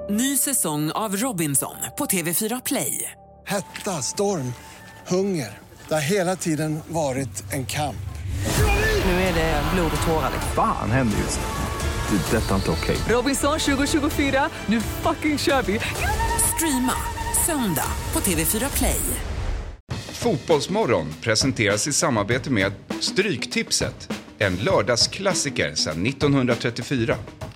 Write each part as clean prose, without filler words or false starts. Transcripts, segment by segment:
Ny säsong av Robinson på TV4 Play. Hetta, storm, hunger. Det har hela tiden varit en kamp. Nu är det blod och tårar. Fan händer just nu. Det är detta inte okej. Robinson 2024, nu fucking kör vi. Streama söndag på TV4 Play. Fotbollsmorgon presenteras i samarbete med Stryktipset. En lördagsklassiker sedan 1934.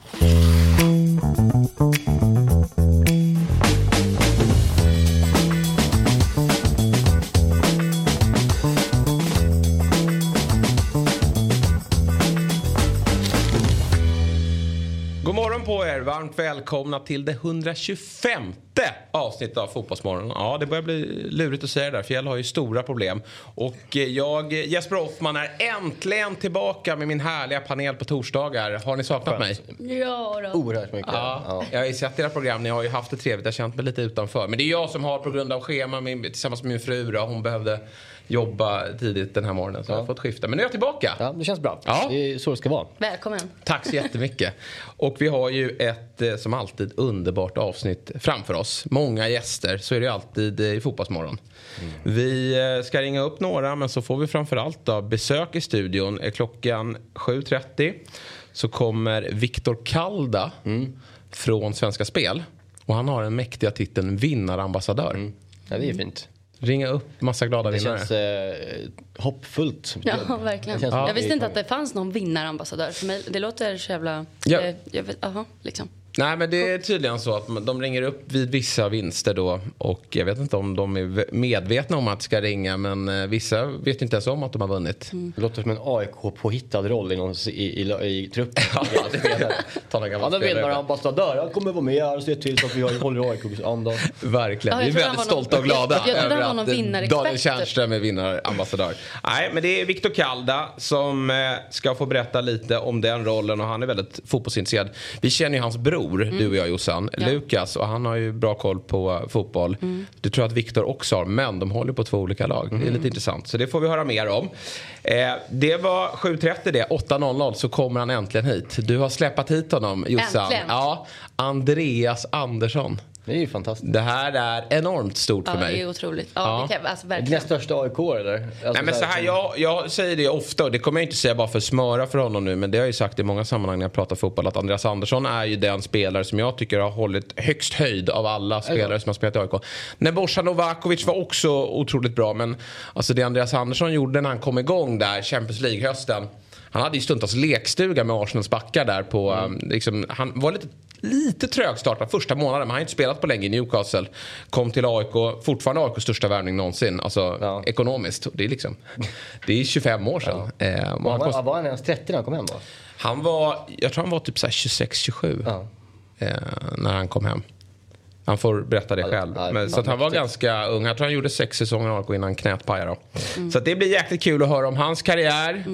God morgon på er, varmt välkomna till det 125 avsnittet av Fotbollsmorgon. Ja, det börjar bli lurigt att säga det där, för jag har ju stora problem. Och jag, Jesper Hoffman, är äntligen tillbaka med min härliga panel på torsdagar. Har ni saknat mig? Ja då. Oerhört mycket. Ja. Jag har ju sett era program, ni har ju haft det trevligt, jag har känt mig lite utanför. Men det är jag som har på grund av schema tillsammans med min fru då. Hon behövde jobba tidigt den här morgonen, så jag har fått skifta. Men nu är jag tillbaka. Ja, det känns bra. Ja. Det är så det ska vara. Välkommen. Tack så jättemycket. Och vi har ju ett, som alltid, underbart avsnitt framför oss. Många gäster, så är det alltid i Fotbollsmorgon. Vi ska ringa upp några, men så får vi framförallt då besök i studion. Klockan 7.30 så kommer Viktor Kalda från Svenska Spel. Och han har den mäktiga titeln vinnarambassadör. Ja, det är fint. Ringa upp massa glada Det vinnare. känns hoppfullt. Ja, verkligen. Jag visste inte att det fanns någon vinnarambassadör. För mig, det låter så jävla... Ja. Jag vet, liksom. Nej, men det är tydligen så att de ringer upp vid vissa vinster då. Och jag vet inte om de är medvetna om att det ska ringa. Men vissa vet inte ens om att de har vunnit. Det låter som en AIK-påhittad roll i truppen. Ja, Han vinner ambassadör. Jag kommer vara med här och se till så att vi håller AIKs anda. Verkligen, Ja, vi är väldigt stolta och glada jag trodde över han var någon att vinnarexpert. Daniel Tjärnström är vinnarambassadör. Nej, men det är Viktor Kalda som ska få berätta lite om den rollen. Och han är väldigt fotbollsintresserad. Vi känner ju hans bror, du och jag, Jossan, Lukas. Och han har ju bra koll på fotboll. Du tror att Viktor också har, men de håller på 2 olika lag. Det är lite intressant, så det får vi höra mer om. Det var 7.30 det, 8.00 så kommer han äntligen hit. Du har släppt hit honom, Jossan. Äntligen. Ja, Andreas Andersson. Det är ju fantastiskt. Det här är enormt stort för Ja, mig. det är otroligt. Ja, det kan, alltså, Det är verkligen. näst största AIK, eller? Alltså, Nej, men så här, jag säger det ofta, och det kommer jag inte säga bara för att smöra för honom nu, men det har jag ju sagt i många sammanhang när jag pratar fotboll, att Andreas Andersson är ju den spelare som jag tycker har hållit högst höjd av alla spelare som har spelat i AIK. Nebojsa Novakovic var också otroligt bra, men alltså det Andreas Andersson gjorde när han kom igång där, Champions League-hösten, han hade ju stundtals lekstuga med Arsenals backar där på, liksom, han var lite trögstartad första månaden, men han har inte spelat på länge i Newcastle. Kom till AIK, fortfarande AIKs största värvning någonsin, alltså ekonomiskt. Det är liksom, det är 25 år sedan. Var han ens 30 när han kom hem då? Jag tror han var typ 26-27 när han kom hem. Han får berätta det själv. Så att han var ganska ung. Jag tror han gjorde 6 säsonger i AIK innan knät pajade. Så att det blir jäkligt kul att höra om hans karriär.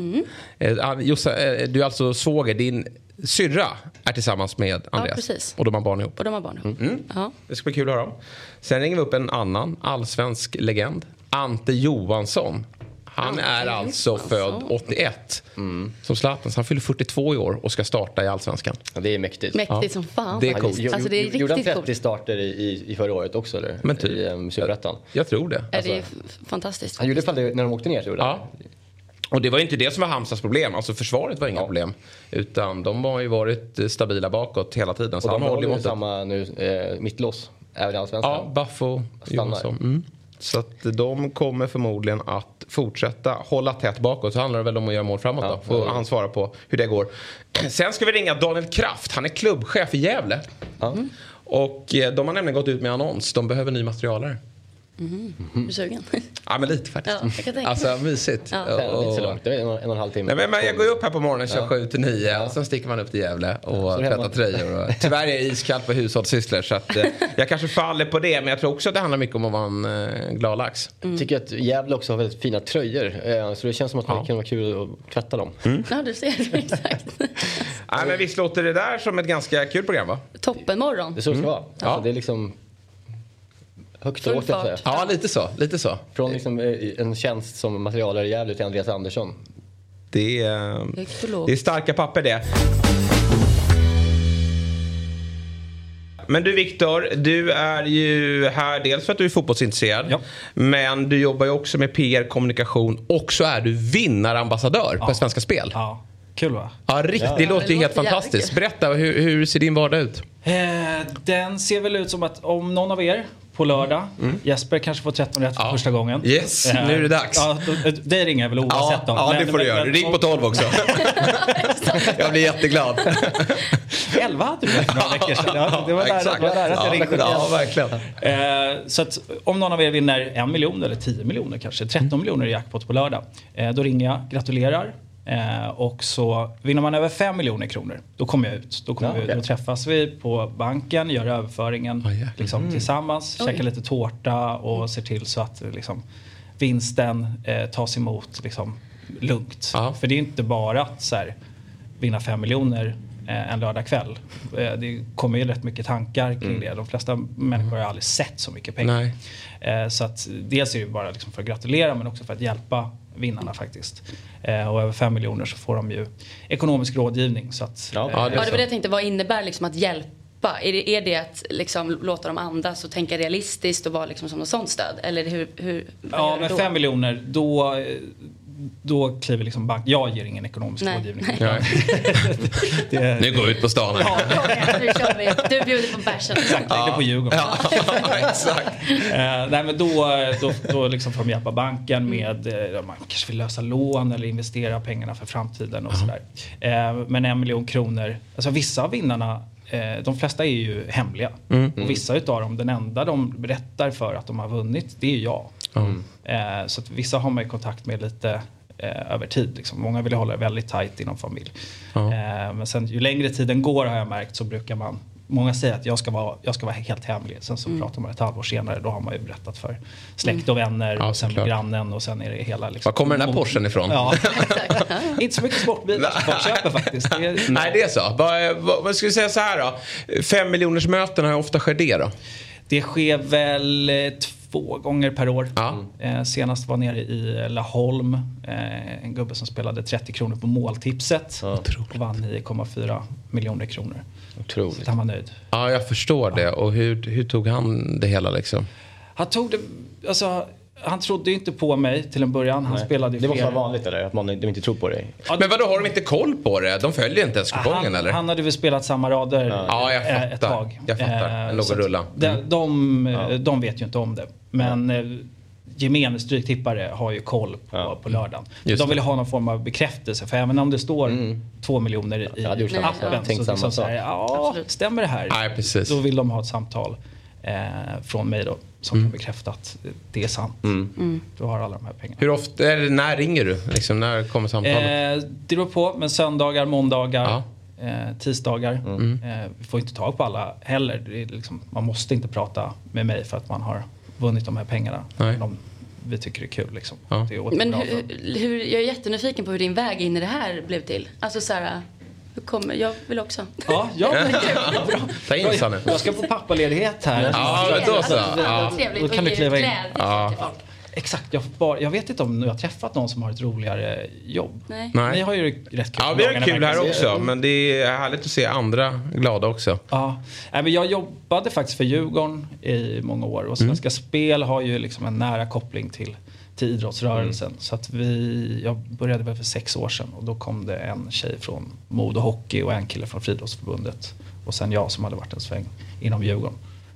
Du alltså svåger, din syrra är tillsammans med Andreas. Ja, precis. Och de har barn ihop. Och de har barn ihop. Ja. Det ska bli kul att höra om. Sen ringer vi upp en annan allsvensk legend, Ante Johansson. Han är alltså född 81 som Zlatan. Så han fyller 42 i år och ska starta i Allsvenskan. Ja, det är mäktigt. Mäktigt som fan. Det är coolt. Alltså, det är Gjorde han riktigt 30 starter i förra året också, eller? Men typ. I Superettan. Jag tror det. Det är fantastiskt. Han gjorde det när de åkte ner, tror jag. Ja. Och det var inte det som var Halmstads problem. Alltså försvaret var inga problem. Utan de har ju varit stabila bakåt hela tiden. Så och han de håller håller mot samma nu, mittlås. Även i Allsvenskan. Ja, Baffo Johansson. Så att de kommer förmodligen att fortsätta hålla tätt bakåt. Så handlar det väl om att göra mål framåt då. Får han svara på hur det går. Sen ska vi ringa Daniel Kraft. Han är klubbchef i Gävle. Och de har nämligen gått ut med annons. De behöver ny materialare. Är du sugen? Ja, men lite faktiskt. Ja, jag kan tänka. Alltså mysigt. Ja. Det är inte så långt, det är 1,5 timme. Nej, men jag går upp här på morgonen 7-9 och sen sticker man upp till Gävle och tvättar tröjor. Och, tyvärr är det iskallt på hushållssysslor, så att, jag kanske faller på det, men jag tror också att det handlar mycket om att vara en glad lax. Jag tycker att Gävle också har väldigt fina tröjor, så det känns som att det kan vara kul att tvätta dem. Ja, du ser. Exakt. Nej, men visst låter det där som ett ganska kul program, va? Toppenmorgon. Det är så det ska vara. Ja. Alltså, det är liksom högt och Full lågt, jag säga. fart. Ja, lite så. Från liksom en tjänst som materialare i Gävle till Andreas Andersson. Det är starka papper det. Men du Viktor, du är ju här dels för att du är fotbollsintresserad. Men du jobbar ju också med PR-kommunikation. Och så är du vinnarambassadör på Svenska Spel. Ja, kul va? Ja, riktigt. Det låter ju helt fantastiskt. Berätta, hur ser din vardag ut? Den ser väl ut som att om någon av er på lördag, Jesper kanske får 13 rätt för första gången. Yes, nu är det dags. Ja, det ringer jag väl oavsett om. Ja, det får du göra. Ring på 12 också. Jag blir jätteglad. 11 hade du för några veckor sedan. Ja, det var där att jag ringde. Ja, verkligen. Så att om någon av er vinner 1 miljon eller 10 miljoner kanske, 13 miljoner i jackpot på lördag, då ringer jag, gratulerar. Och så vinner man över 5 miljoner kronor, då kommer jag ut. Då träffas vi på banken, gör överföringen tillsammans, käkar lite tårta och ser till så att liksom, vinsten tas emot lugnt. För det är inte bara att så här, vinna 5 miljoner en lördagkväll. Det kommer ju rätt mycket tankar kring det. De flesta människor har aldrig sett så mycket pengar. Så att dels är det bara för att gratulera, men också för att hjälpa vinnarna faktiskt. Och över 5 miljoner så får de ju ekonomisk rådgivning. Så att, det var det jag tänkte, vad innebär att hjälpa? Är det att låta dem andas och tänka realistiskt och vara som något sånt stöd? Eller hur ja, med 5 miljoner då kliver bank. Jag ger ingen ekonomisk rådgivning. Nu går ut på stan här. Nu kör vi. Du bjuder på bärsen. Exakt, lägger på Djurgården. Exakt. Nej, men då får de hjälpa banken med man kanske vill lösa lån eller investera pengarna för framtiden och sådär. Men 1 miljon kronor, alltså vissa av vinnarna, de flesta är ju hemliga. Och vissa utav dem, den enda de berättar för att de har vunnit, det är jag. Så att vissa har man ju kontakt med lite över tid. Många vill hålla det väldigt tajt inom familj. Men sen ju längre tiden går, har jag märkt, så brukar många säger att jag ska vara helt hemlig. Sen så pratar man ett halvår senare, då har man ju berättat för släkt och vänner och sen grannen, och sen är det hela Var kommer den här Porschen ifrån? Ja. Inte så mycket sportbilar som folk köper faktiskt. Nej, det är så. Vad ska vi säga så här då? 5 miljoners möten, hur ofta sker det då? Det sker väl 2 gånger per år. Senast var nere i Laholm. En gubbe som spelade 30 kronor på måltipset. Och vann 9,4 miljoner kronor. Otroligt. Så han var nöjd. Ja, jag förstår det. Och hur tog han det hela Han tog det, alltså, han trodde ju inte på mig till en början. Han spelade ju det måste vara vanligt eller? Att de inte tror på dig. Men vadå, har de inte koll på det? De följer inte ens kupongen eller? Han hade väl spelat samma rader ett tag. Jag fattar. En låg och rulla. De vet ju inte om det. Men gemene stryktippare har ju koll på lördagen. De vill ha någon form av bekräftelse. För även om det står 2 miljoner i appen så stämmer det här? Nej, precis. Då vill de ha ett samtal från mig då, som kan bekräfta att det är sant. Du har alla de här pengarna. Hur ofta, när ringer du? När kommer samtalet? Det beror på, men söndagar, måndagar, tisdagar. Vi får inte tag på alla heller. Det är man måste inte prata med mig för att man har vunnit de här pengarna. Vi tycker det är kul Men jag är jättenyfiken på hur din väg in i det här blev till. Alltså Sara, jag vill också. Ta in Sanne. Jag ska på pappaledighet här. Trevligt. Då kan du kliva in. Exakt. Jag vet inte om jag har träffat någon som har ett roligare jobb. Nej. Ni har ju rätt kul. Ja, vi har kul här också. Men det är härligt att se andra glada också. Ja. Men jag jobbade faktiskt för Djurgården i många år. Och Svenska Spel har ju en nära koppling till idrottsrörelsen. Så att jag började väl för 6 år sedan. Och då kom det en tjej från Mod och Hockey och en kille från Friidrottsförbundet. Och sen jag som hade varit en sväng inom Djurgården.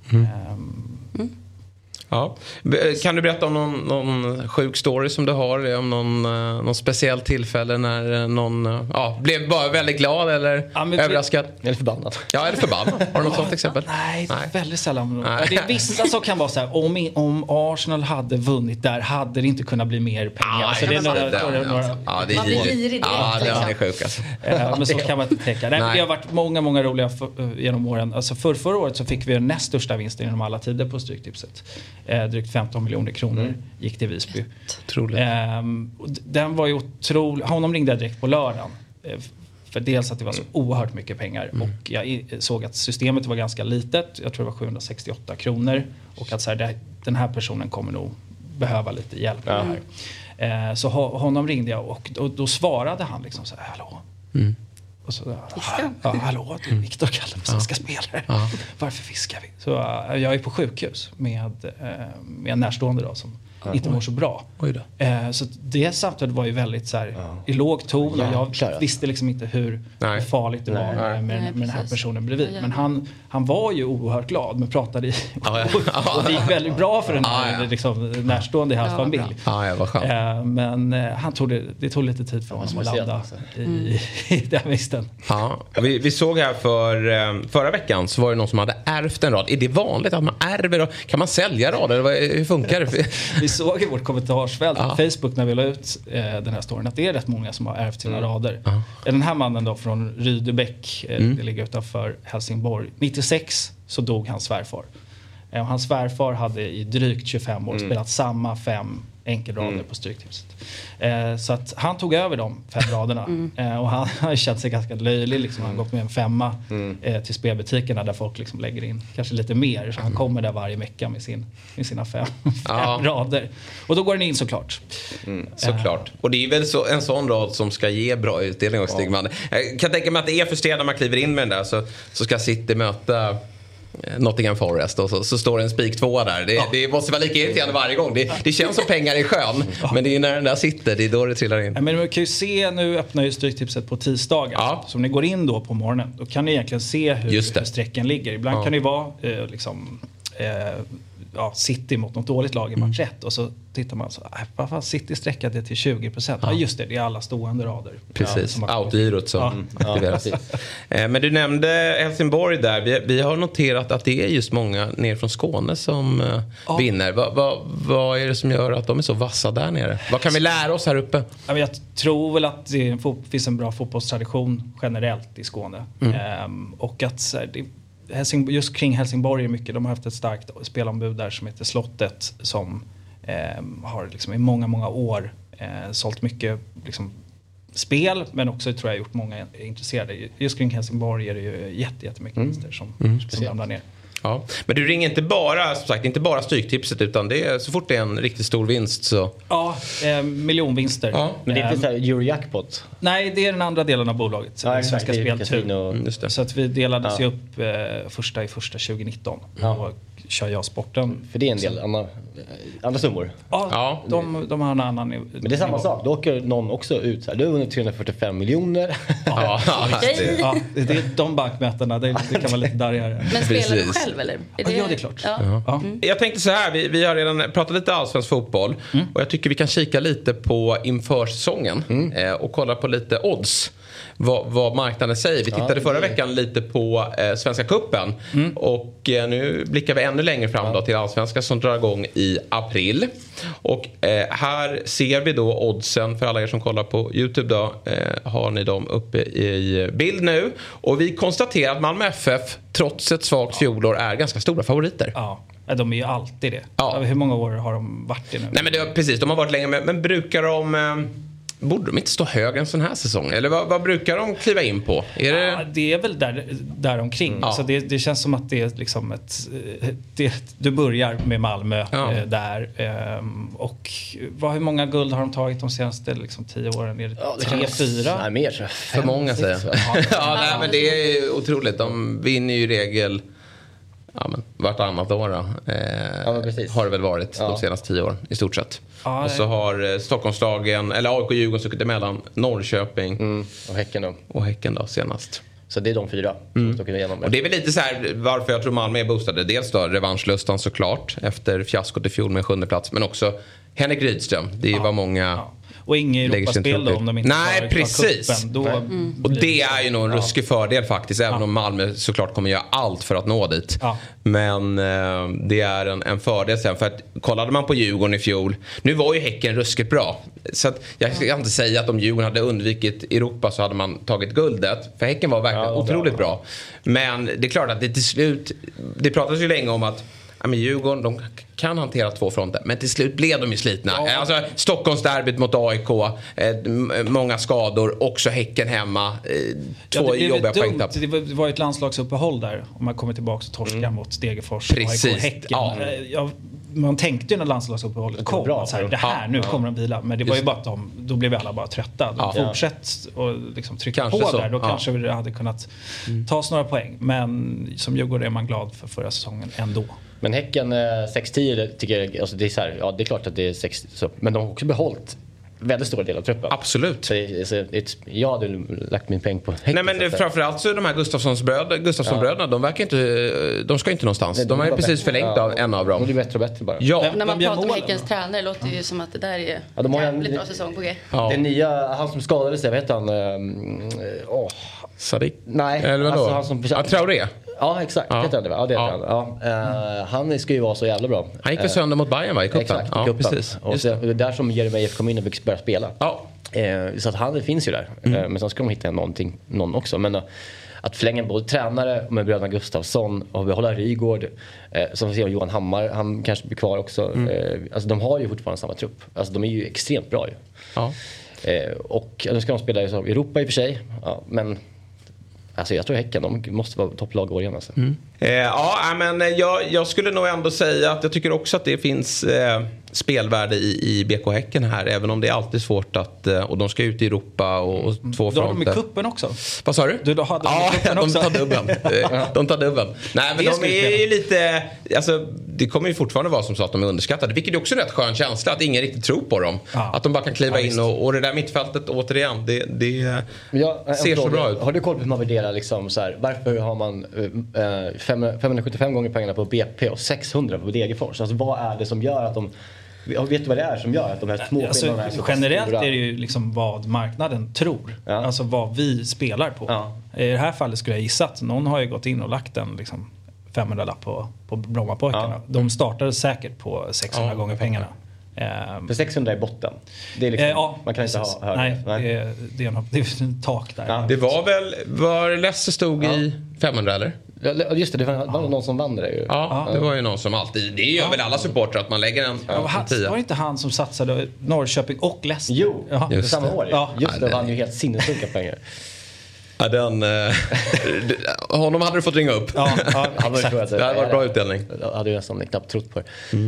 Ja. Kan du berätta om någon sjuk story som du har? Om någon speciell tillfälle när någon blev bara väldigt glad eller överraskad? Eller förbannad. Ja, eller förbannad. Har du något sånt exempel? Nej, väldigt sällan. Det är vissa som kan vara så här, om Arsenal hade vunnit där hade det inte kunnat bli mer pengar. Alltså, det är några man blir girig. Ja, det är sjuk alltså. Men så kan man inte tänka. Nej. Det har varit många roliga genom åren. Alltså förra året så fick vi den näst största vinsten inom alla tider på Stryktipset. Drygt 15 miljoner kronor gick till Visby. Den var ju otrolig. Honom ringde jag direkt på lördagen. För dels att det var så oerhört mycket pengar. Och jag såg att systemet var ganska litet. Jag tror det var 768 kronor. Och att den här personen kommer nog behöva lite hjälp med det här. Så honom ringde jag och då svarade han hallå. Och så, hallå, du Viktor kallar på svenska spelare. Varför fiskar vi? Så jag är på sjukhus med en närstående då, som inte mår så bra. Så det samtalet var ju väldigt så här, i låg ton. Och jag visste liksom inte hur farligt det var med den här personen bredvid. Men han var ju oerhört glad, men pratade och det gick väldigt bra för den här liksom, närstående i hans familj. Men det tog lite tid för honom att landa i den vissten. Vi såg här förra veckan så var det någon som hade ärvt en rad. Är det vanligt att man ärver? Kan man sälja rader? Hur funkar det? Vi såg i vårt kommentarsfält på Facebook när vi la ut den här storyn att det är rätt många som har ärvt sina rader. Den här mannen då från Rydebäck, det ligger utanför Helsingborg. 96 så dog hans svärfar. Och hans svärfar hade i drygt 25 år spelat samma 5 enkelrader på Stryktipset. Så att han tog över de 5 raderna. Och han har känt sig ganska löjlig. Liksom. Han har gått med en 5 till spelbutikerna där folk liksom lägger in kanske lite mer. Så han kommer där varje vecka med sina 5 rader. Och då går den in såklart. Såklart. Och det är väl en sån rad som ska ge bra utdelning också, Stigman. Jag kan tänka mig att det är frustrerande när man kliver in med den där. Så ska City möta Nottingham Forest och så står det en spik 2 där. Det måste vara lika irriterande varje gång. Det känns som pengar i sjön, men det är när den där sitter, det är då det trillar in. Men man kan ju se, nu öppnar ju Stryktipset på tisdagar. Så om ni går in då på morgonen, då kan ni egentligen se hur sträcken ligger. Ibland kan det vara City mot något dåligt lag i match 1 och så tittar man så varför City sträckade till 20%. Ja just det är alla stående rader. Precis, outgirot som aktiveras. Men du nämnde Helsingborg där. Vi har noterat att det är just många ner från Skåne som vinner. Vad är det som gör att de är så vassa där nere? Vad kan vi lära oss här uppe? Jag tror väl att det finns en bra fotbollstradition generellt i Skåne. Och att just kring Helsingborg är mycket. De har haft ett starkt spelombud där som heter Slottet som har liksom i många år sålt mycket liksom, spel, men också tror jag gjort många intresserade. Just kring Helsingborg är det ju jättemycket vinster som ramlar ner. Ja. Men du ringer inte bara, som sagt, inte bara Stryktipset utan det är så fort det är en riktigt stor vinst så... Ja, miljonvinster. Ja. Men det är inte så här Eurojackpot? Nej, det är den andra delen av bolaget. Svenska Speltur. Så att vi delades ju upp första 2019 och kör jag sporten. För det är en del andra summor? Ja, de har en annan... Men det är samma sak, då åker någon också ut så här. Du har vunnit 345 miljoner. Det är de bankmätarna, det kan vara lite darrigare. Men spelar du själv eller? Ja, det är klart. Jag tänkte så här, vi har redan pratat lite allsvensk fotboll och jag tycker vi kan kika lite på inför säsongen och kolla på lite odds. Vad marknaden säger. Vi tittade förra veckan lite på Svenska Cupen och nu blickar vi ännu längre fram då till allsvenska som drar igång i april. Och här ser vi då oddsen för alla er som kollar på YouTube då, har ni dem uppe i bild nu. Och vi konstaterar att Malmö FF trots ett svagt fjolår är ganska stora favoriter. Ja, de är ju alltid det. Hur många år har de varit det nu? Nej men precis, de har varit länge men brukar de... Borde de inte stå högre en sån här säsong? Eller vad brukar de kliva in på? Är det... det är väl där omkring. Så det känns som att det är liksom du börjar med Malmö där. Och hur många guld har de tagit de senaste 10 åren? Är det 3-4? Nej, mer. För många säger jag. Men det är otroligt. De vinner ju i regel... vartannat år då. Har det väl varit de senaste 10 åren i stort sett. Och så har Stockholmslagen eller AIK och Djurgården suttit emellan Norrköping och Häcken då senast. Så det är de 4 som står igenom. Och det är väl lite så här varför jag tror Malmö är boostade. Dels då revanschlustan såklart efter fiaskot i fjol med 7:e plats, men också Henrik Rydström. Det var många och inget Europaspel då om de inte Nej, precis. Och det är ju nog en ruskig fördel faktiskt. Även om Malmö såklart kommer göra allt för att nå dit. Men det är en fördel sen. För att kollade man på Djurgården i fjol. Nu var ju Häcken ruskigt bra. Så att jag kan inte säga att om Djurgården hade undvikit Europa så hade man tagit guldet. För Häcken var verkligen otroligt bra. Men det är klart att det till slut... Det pratas ju länge om att men Djurgården, de kan hantera 2 fronter. Men till slut blev de ju slitna. Alltså Stockholmsderbyt mot AIK, många skador, också Häcken hemma, 2 jobbiga poängtapp. Det var ju ett landslagsuppehåll där. Om man kommer tillbaka och torskar mot Degerfors, precis. AIK och Häcken. man tänkte ju när landslagsuppehållet kom bra, att så här, det här, nu kommer de vila. Men det var ju bara att då blev vi alla bara trötta. Fortsätt och liksom trycka kanske på så. där. Då kanske vi hade kunnat ta oss några poäng. Men som Djurgården är man glad för förra säsongen ändå. Men Häcken 6-10 tycker jag, alltså det är så här, ja det är klart att det är 6, så, men de har också behållit väldigt stor del av truppen. Absolut. Så jag hade lagt min peng på Häcken. Nej, men det, framförallt så är de här Gustafsson-bröderna, de verkar inte, de ska inte någonstans. Nej, de har ju precis förlängt av en av dem. De blir bättre och bättre bara. Ja. När man pratar om Häckens tränare låter det ju som att det där är de har jävligt bra säsong på G. Ja. Det nya, han som skadade sig, vad heter han? Sadik? Nej, eller vadå? Alltså han som... Traoré? Ja, exakt. Ja. Det ja, det han. Ja. Han ska ju vara så jävla bra. Han gick väl sönder mot Bayern, va? I cupen? Exakt, ja, kuppen. precis. Och så, det är där som Jeremejeff kom in och började spela. Ja. Så att han finns ju där. Men sen ska de hitta någon också. Men att förlänga både tränare med bröderna Gustafsson och behålla Rygård. Som vi ser Johan Hammar, han kanske blir kvar också. Alltså de har ju fortfarande samma trupp. Alltså de är ju extremt bra ju. Ja. Och nu ska de spela i Europa i och för sig. Ja, men alltså jag tror Häcken, de måste vara topplag år igen alltså. Men jag skulle nog ändå säga att jag tycker också att det finns spelvärde i BK Häcken här, även om det är alltid svårt att, och de ska ut i Europa och två fronter. Då har de i kuppen också. Vad sa du? De tar dubben. De tar dubben. Nej, men de är ju lite, alltså det kommer ju fortfarande vara som så att de är underskattade, vilket är också en rätt skön känsla att ingen riktigt tror på dem. Att de bara kan kliva in och det där mittfältet återigen, det ser så bra ut. Har du koll på hur man värderar liksom så här, varför har man 575 gånger pengarna på BP och 600 på Degerfors? Alltså vad är det som gör att de... Vet du vad det är som gör att de här små skillnaderna är så generellt stora? är det ju liksom vad marknaden tror. Alltså vad vi spelar på. I det här fallet skulle jag gissa att någon har ju gått in och lagt en liksom 500-lapp på Brommapojkarna. De startade säkert på 600 gånger pengarna. För 600 är botten. Det är liksom, man kan inte ha högre. Nej, det är en tak där. Det var väl, var Leicester stod i 500 eller? Ja, just det var någon som vann det ju. Ja, det var ju någon som alltid, det gör väl alla supportrar att man lägger en 10. Var det inte han som satsade Norrköping och Leicester? Jo, samma år. Just det, vann ju helt sinnessjuka pengar. Ja, honom hade du fått ringa upp. Ja, exakt. Det hade varit bra utdelning. Jag hade ju nästan knappt trott på det.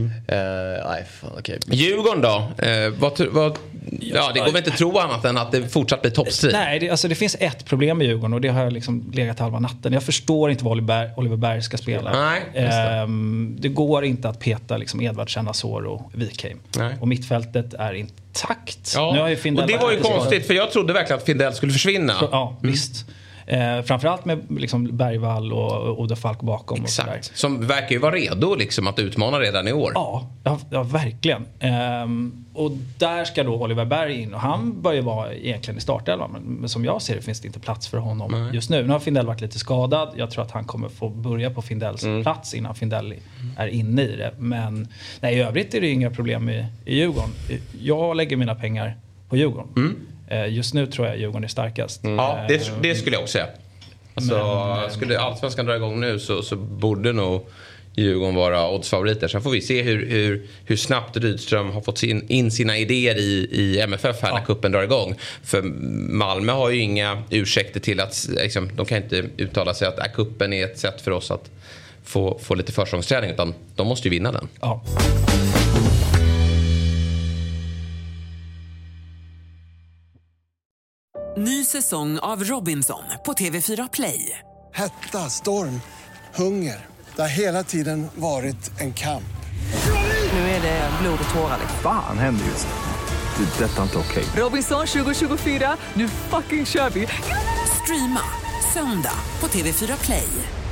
Djurgården då? Det går väl inte att tro annat än att det fortsatt blir toppstrid. Nej, det finns ett problem med Djurgården och det har jag liksom legat halva natten. Jag förstår inte vad Oliver Berg ska spela. Nej, det går inte att peta liksom Edvardsen, Asoro och Wikheim. Och mittfältet är intakt. Ja. Nu har ju och det var ju konstigt, för jag trodde verkligen att Findell skulle försvinna. Visst. Framförallt med liksom Bergvall och Oda Falk bakom. Exakt. Och som verkar ju vara redo liksom att utmana redan i år. Ja, verkligen. Och där ska då Oliver Berg in och han bör ju vara egentligen i startelvan, men som jag ser det finns det inte plats för honom just nu. Nu har Findell varit lite skadad. Jag tror att han kommer få börja på Findells plats innan Findell är inne i det. Men i övrigt är det inga problem i Djurgården. Jag lägger mina pengar på Djurgården. Just nu tror jag Djurgården är starkast. Ja, det skulle jag också säga. Alltså, skulle Allsvenskan dra igång nu så borde nog Djurgården vara oddsfavoriter. Sen får vi se hur snabbt Rydström har fått in sina idéer i MFF här när kuppen drar igång. För Malmö har ju inga ursäkter till att liksom, de kan inte uttala sig att kuppen är ett sätt för oss att få lite försäsongsträning, utan de måste ju vinna den. Ja. Ny säsong av Robinson på TV4 Play. Hetta, storm, hunger. Det har hela tiden varit en kamp. Nu är det blod och tårar. Fan händer just det. Detta är inte okej. Robinson 2024, nu fucking kör vi. Streama söndag på TV4 Play.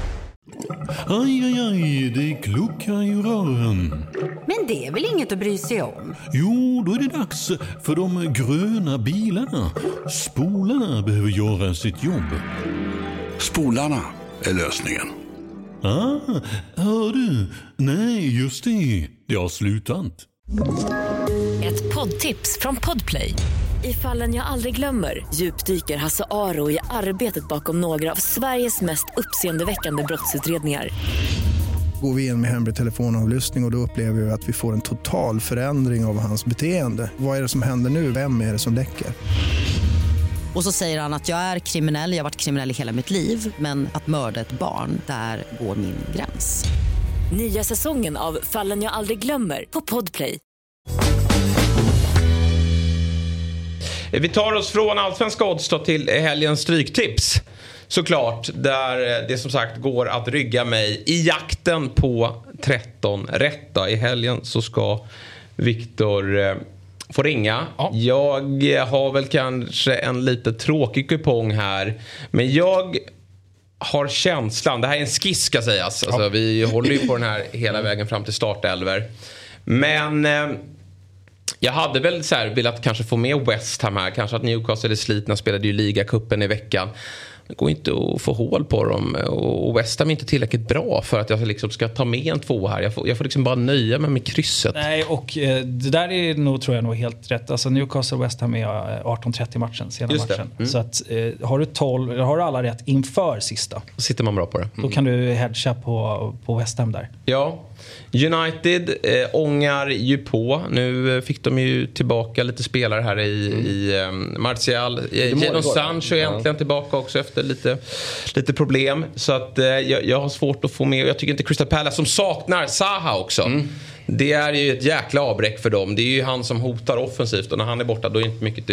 Aj, det kluckar i rören. Men det är väl inget att bry sig om? Jo, då är det dags för de gröna bilarna. Spolarna behöver göra sitt jobb. Spolarna är lösningen. Hör du? Nej, just det. Det har slutat. Ett poddtips från Podplay. I Fallen jag aldrig glömmer djupdyker Hasse Aro i arbetet bakom några av Sveriges mest uppseendeväckande brottsutredningar. Går vi in med hemlig telefonavlyssning och då upplever vi att vi får en total förändring av hans beteende. Vad är det som händer nu? Vem är det som läcker? Och så säger han att jag är kriminell, jag har varit kriminell i hela mitt liv. Men att mörda ett barn, där går min gräns. Nya säsongen av Fallen jag aldrig glömmer på Podplay. Vi tar oss från allsvenska odds då till helgens stryktips. Såklart, där det som sagt går att rygga mig i jakten på 13 rätt. I helgen så ska Viktor få ringa. Ja. Jag har väl kanske en lite tråkig kupong här. Men jag har känslan, det här är en skiss ska sägas. Alltså, vi håller ju på den här hela vägen fram till startelver. Men jag hade väl så här velat kanske få med West Ham här. Kanske att Newcastle är slitna, spelade ju ligacupen i veckan. Det går inte att få hål på dem. Och West Ham är inte tillräckligt bra för att jag liksom ska ta med en 2 här. Jag får liksom bara nöja mig med krysset. Nej, och det där är nog, tror jag nog helt rätt. Alltså Newcastle och West Ham är 18:30 matchen, sena matchen. Så att har du 12, har du alla rätt inför sista. Då sitter man bra på det. Då kan du hedga på West Ham där. Ja. United ångar ju på. Nu fick de ju tillbaka lite spelare här i Martial. Jadon Sancho är äntligen tillbaka också efter lite problem. Så att jag har svårt att få med. Och jag tycker inte Crystal Palace som saknar Zaha också. Det är ju ett jäkla avbräck för dem. Det är ju han som hotar offensivt. Och när han är borta då är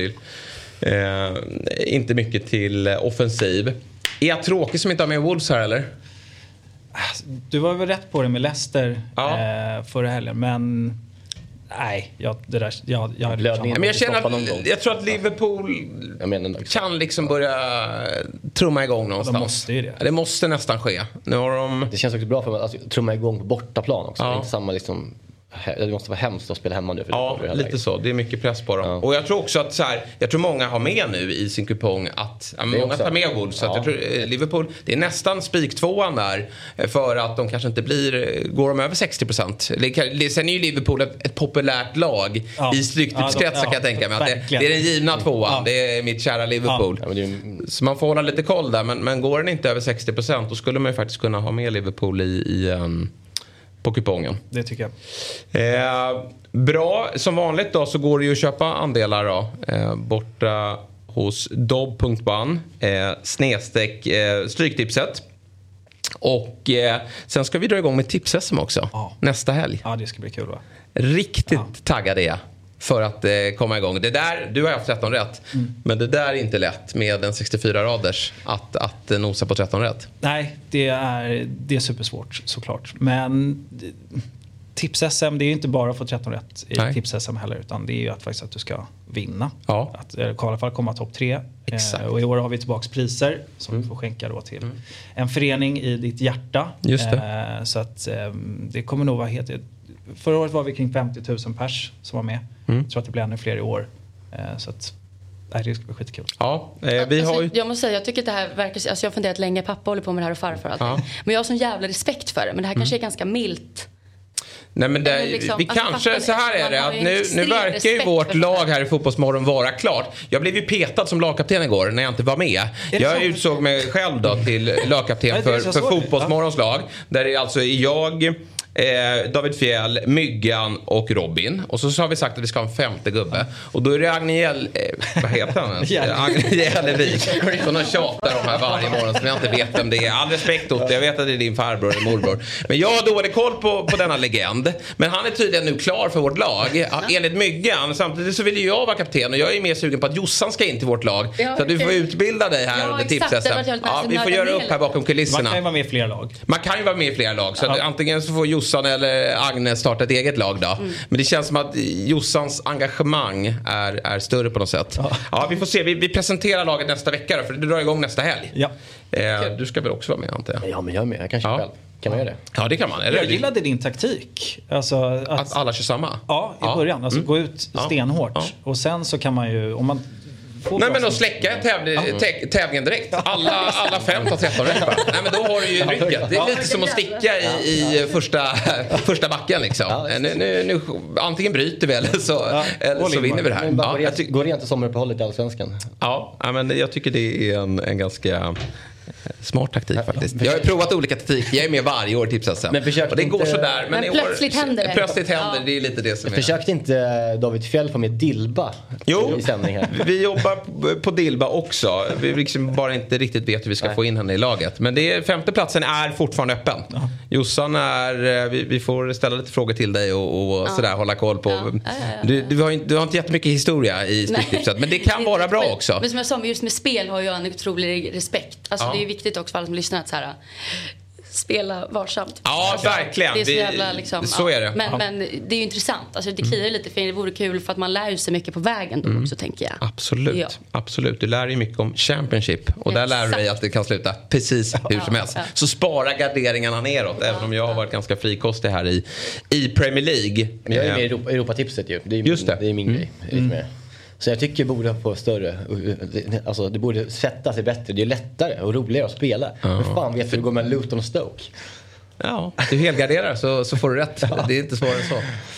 inte mycket till offensiv. Är jag tråkig som inte har med Wolves här eller? Du var väl rätt på det med Leicester förra helgen, men nej, jag tror att Liverpool kan liksom börja trumma igång någonstans. De måste ju det. Det måste nästan ske. Nu har de... Det känns också bra för att trumma igång på bortaplan också. Det är inte samma liksom. Det måste vara hemskt att spela hemma nu. Lite så. Det är mycket press på dem. Ja. Och jag tror också att jag tror många har med nu i sin kupong att många tar med Wolves. Så att jag tror Liverpool, det är nästan spik-2an där för att de kanske inte går de över 60%. Sen är ju Liverpool ett populärt lag i stryktipskretsar kan jag tänka mig. Att det är den givna 2an. Det är mitt kära Liverpool. Så man får hålla lite koll där. Men går den inte över 60% då skulle man ju faktiskt kunna ha med Liverpool på kupongen. Det tycker jag. Bra, som vanligt då så går det ju att köpa andelar då. Borta hos dobb.ban /stryktipset. Och sen ska vi dra igång med tips-SM också. Nästa helg. Ja, det ska bli kul va? Riktigt taggad är jag för att komma igång. Det där, du har haft 13 rätt. Men det där är inte lätt med en 64-raders att nosa på 13 rätt. Nej, det är supersvårt såklart. Men tips-SM, det är ju inte bara att få 13 rätt i tips-SM heller, utan det är ju att du ska vinna. Att i alla fall komma topp 3. Och i år har vi tillbaka priser som vi får skänka då till en förening i ditt hjärta. Just det. Så att det kommer nog vara helt... Förra året var vi kring 50 000 pers som var med. Jag tror att det blir ännu fler i år. Så att det ska bli skitkul. Ja, vi har ju... Jag måste säga, jag tycker att det här verkar... Alltså jag har funderat länge, pappa håller på med det här och farfar och allting. Men jag har sån jävla respekt för det. Men det här kanske är ganska milt. Nej men det, liksom, vi kanske, så här är det att nu verkar ju vårt lag här i Fotbollsmorgon vara klart. Jag blev ju petad som lagkapten igår när jag inte var med. Jag utsåg mig själv då till lagkapten för Fotbollsmorgons lag. Där är alltså jag... David Fjäll, Myggan och Robin. Och så har vi sagt att vi ska ha en 5:e gubbe. Och då är det Agnell, vad heter han ens? Agnell Jälevik som de tjatar om här varje morgon som jag inte vet vem det är. All respekt åt det, jag vet att det är din farbror eller morbror. Men jag har dålig koll på denna legend. Men han är tydligen nu klar för vårt lag enligt Myggan. Samtidigt så vill ju jag vara kapten. Och jag är mer sugen på att Jossan ska in till vårt lag. Så att du får utbilda dig här under tipset. Vi får göra upp här bakom kulisserna. Man kan ju vara med i flera lag. Man kan ju vara med i flera lag. Så antingen så får Jossan eller Agnes starta ett eget lag då. Men det känns som att Jossans engagemang är större på något sätt. Ja, vi får se. Vi presenterar laget nästa vecka då, för det drar igång nästa helg. Du ska väl också vara med, antar jag? Ja, men jag är med. Jag kanske själv. Kan man göra det? Ja, det kan man. Jag gillade din taktik. Alltså att alla kör samma? Ja, i början. Alltså gå ut stenhårt. Och sen så kan man ju... Om man Nej, men då släcka tävlingen direkt. Alla 5 tar 13 rätt. Nej, men då har du ju rygget. Det är lite som att sticka i första backen liksom. Nu antingen bryter vi eller så vinner vi det här. Går det inte sommaruppehållet i Allsvenskan? Ja, men jag tycker det är en ganska Smart taktik faktiskt. Jag har provat olika taktik. Jag är med varje år tipsat. Men och det går sådär. Men plötsligt händer det. Plötsligt händer det är lite det som försökte inte David Fjell få med Dilba i sändning här? Vi jobbar på Dilba också. Vi liksom bara inte riktigt vet hur vi ska få in henne i laget. Men det är, 5:e platsen är fortfarande öppen. Jossan är... Vi får ställa lite frågor till dig och sådär hålla koll på. Du har inte jättemycket historia i Stryktipset. Men det kan vara bra också. Men som jag sa, just med spel har jag en otrolig respekt. Alltså det är viktigt också för alla som lyssnar att så här, spela varsamt. Ja, verkligen. Det är så jävla liksom, så är det. Men det är ju intressant. Alltså det kliar lite för det vore kul för att man lär sig mycket på vägen då också, tänker jag. Absolut. Du lär dig mycket om Championship och där lär du dig att det kan sluta precis hur som helst. Så spara garderingarna neråt, även om jag har varit ganska frikostig här i Premier League. Men jag är med i Europatipset ju. Det är min grej. Så jag tycker det borde få större, alltså det borde sätta sig bättre. Det är lättare och roligare att spela. Men fan vet du hur det går med Luton och Stoke? Ja, du helgarderar så får du rätt. Det är inte svårare än så.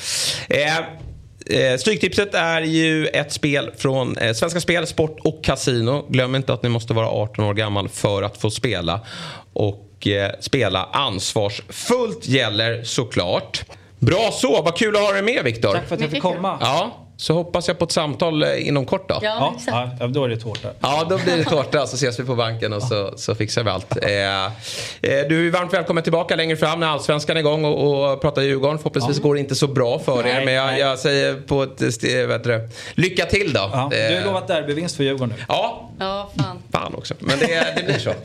Stryktipset är ju ett spel från Svenska Spel, Sport och Casino. Glöm inte att ni måste vara 18 år gammal för att få spela. Och spela ansvarsfullt gäller såklart. Bra så, vad kul att ha dig med, Viktor. Tack för att jag fick komma. Ja, så hoppas jag på ett samtal inom kort då. Ja, då är det tårta. Ja, då blir det tårta, så ses vi på banken och så fixar vi allt. Du är varmt välkommen tillbaka längre fram när Allsvenskan är igång och pratar Djurgården. Förhoppningsvis går det inte så bra för er, men jag säger på ett lycka till då. Ja, du har lovat derbyvinst för Djurgården nu. Ja, fan också. Men det blir så.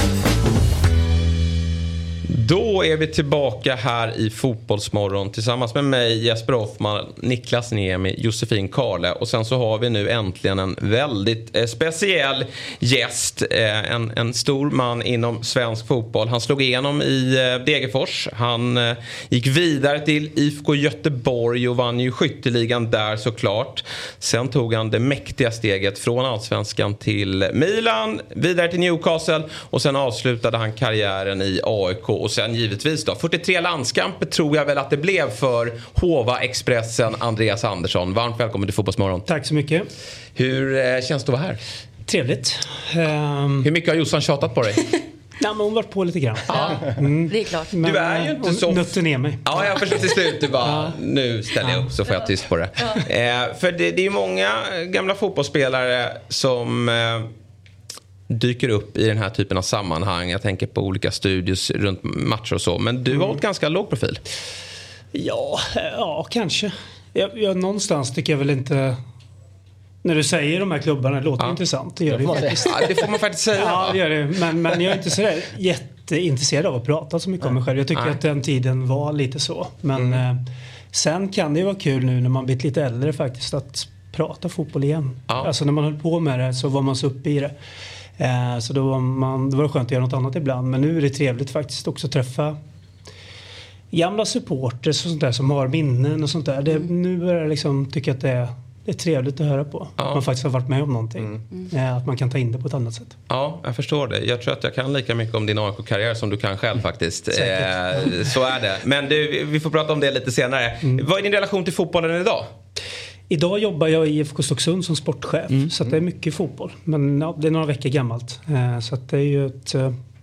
Då är vi tillbaka här i Fotbollsmorgon tillsammans med mig, Jesper Hoffman, Niklas Niemi, Josefin Karle. Och sen så har vi nu äntligen en väldigt speciell gäst. En stor man inom svensk fotboll. Han slog igenom i Degerfors. Han gick vidare till IFK Göteborg och vann ju skytteligan där såklart. Sen tog han det mäktiga steget från Allsvenskan till Milan, vidare till Newcastle och sen avslutade han karriären i AIK. Och sen givetvis då 43 landskamper tror jag väl att det blev för Hova-Expressen Andreas Andersson. Varmt välkommen till Fotbollsmorgon. Tack så mycket. Hur känns det att vara här? Trevligt. Hur mycket har Jossan tjatat på dig? Nej, men hon var på lite grann. Det är klart. Men, du är ju inte så... Nötte ner mig. Ja, jag förstår till slut. Du bara, nu ställer jag upp så får jag tyst på det. För det är ju många gamla fotbollsspelare som... dyker upp i den här typen av sammanhang. Jag tänker på olika studios runt matcher och så. Men du har hållit ganska låg profil. Ja, kanske. Jag någonstans tycker jag väl inte... När du säger de här klubbarna, det låter intressant. Det gör det faktiskt. Ja, det får man faktiskt säga. Ja, det gör det. Men jag är inte så jätteintresserad av att prata så mycket om mig själv. Jag tycker att den tiden var lite så. Men sen kan det ju vara kul nu när man blivit lite äldre faktiskt att prata fotboll igen. Ja. Alltså när man höll på med det så var man så uppe i det. Så då var det skönt att göra något annat ibland. Men nu är det trevligt faktiskt också att träffa gamla supporters och sånt där som har minnen och sånt där. Nu börjar jag liksom tycka att det är trevligt att höra på. Att man faktiskt har varit med om någonting. Att man kan ta in det på ett annat sätt. Ja, jag förstår det. Jag tror att jag kan lika mycket om din AIK-karriär som du kan själv faktiskt. Så är det. Men vi får prata om det lite senare. Vad är din relation till fotbollen idag? Idag jobbar jag i IFK Stocksund som sportchef. Så att det är mycket fotboll. Men det är några veckor gammalt. Så att det är ju ett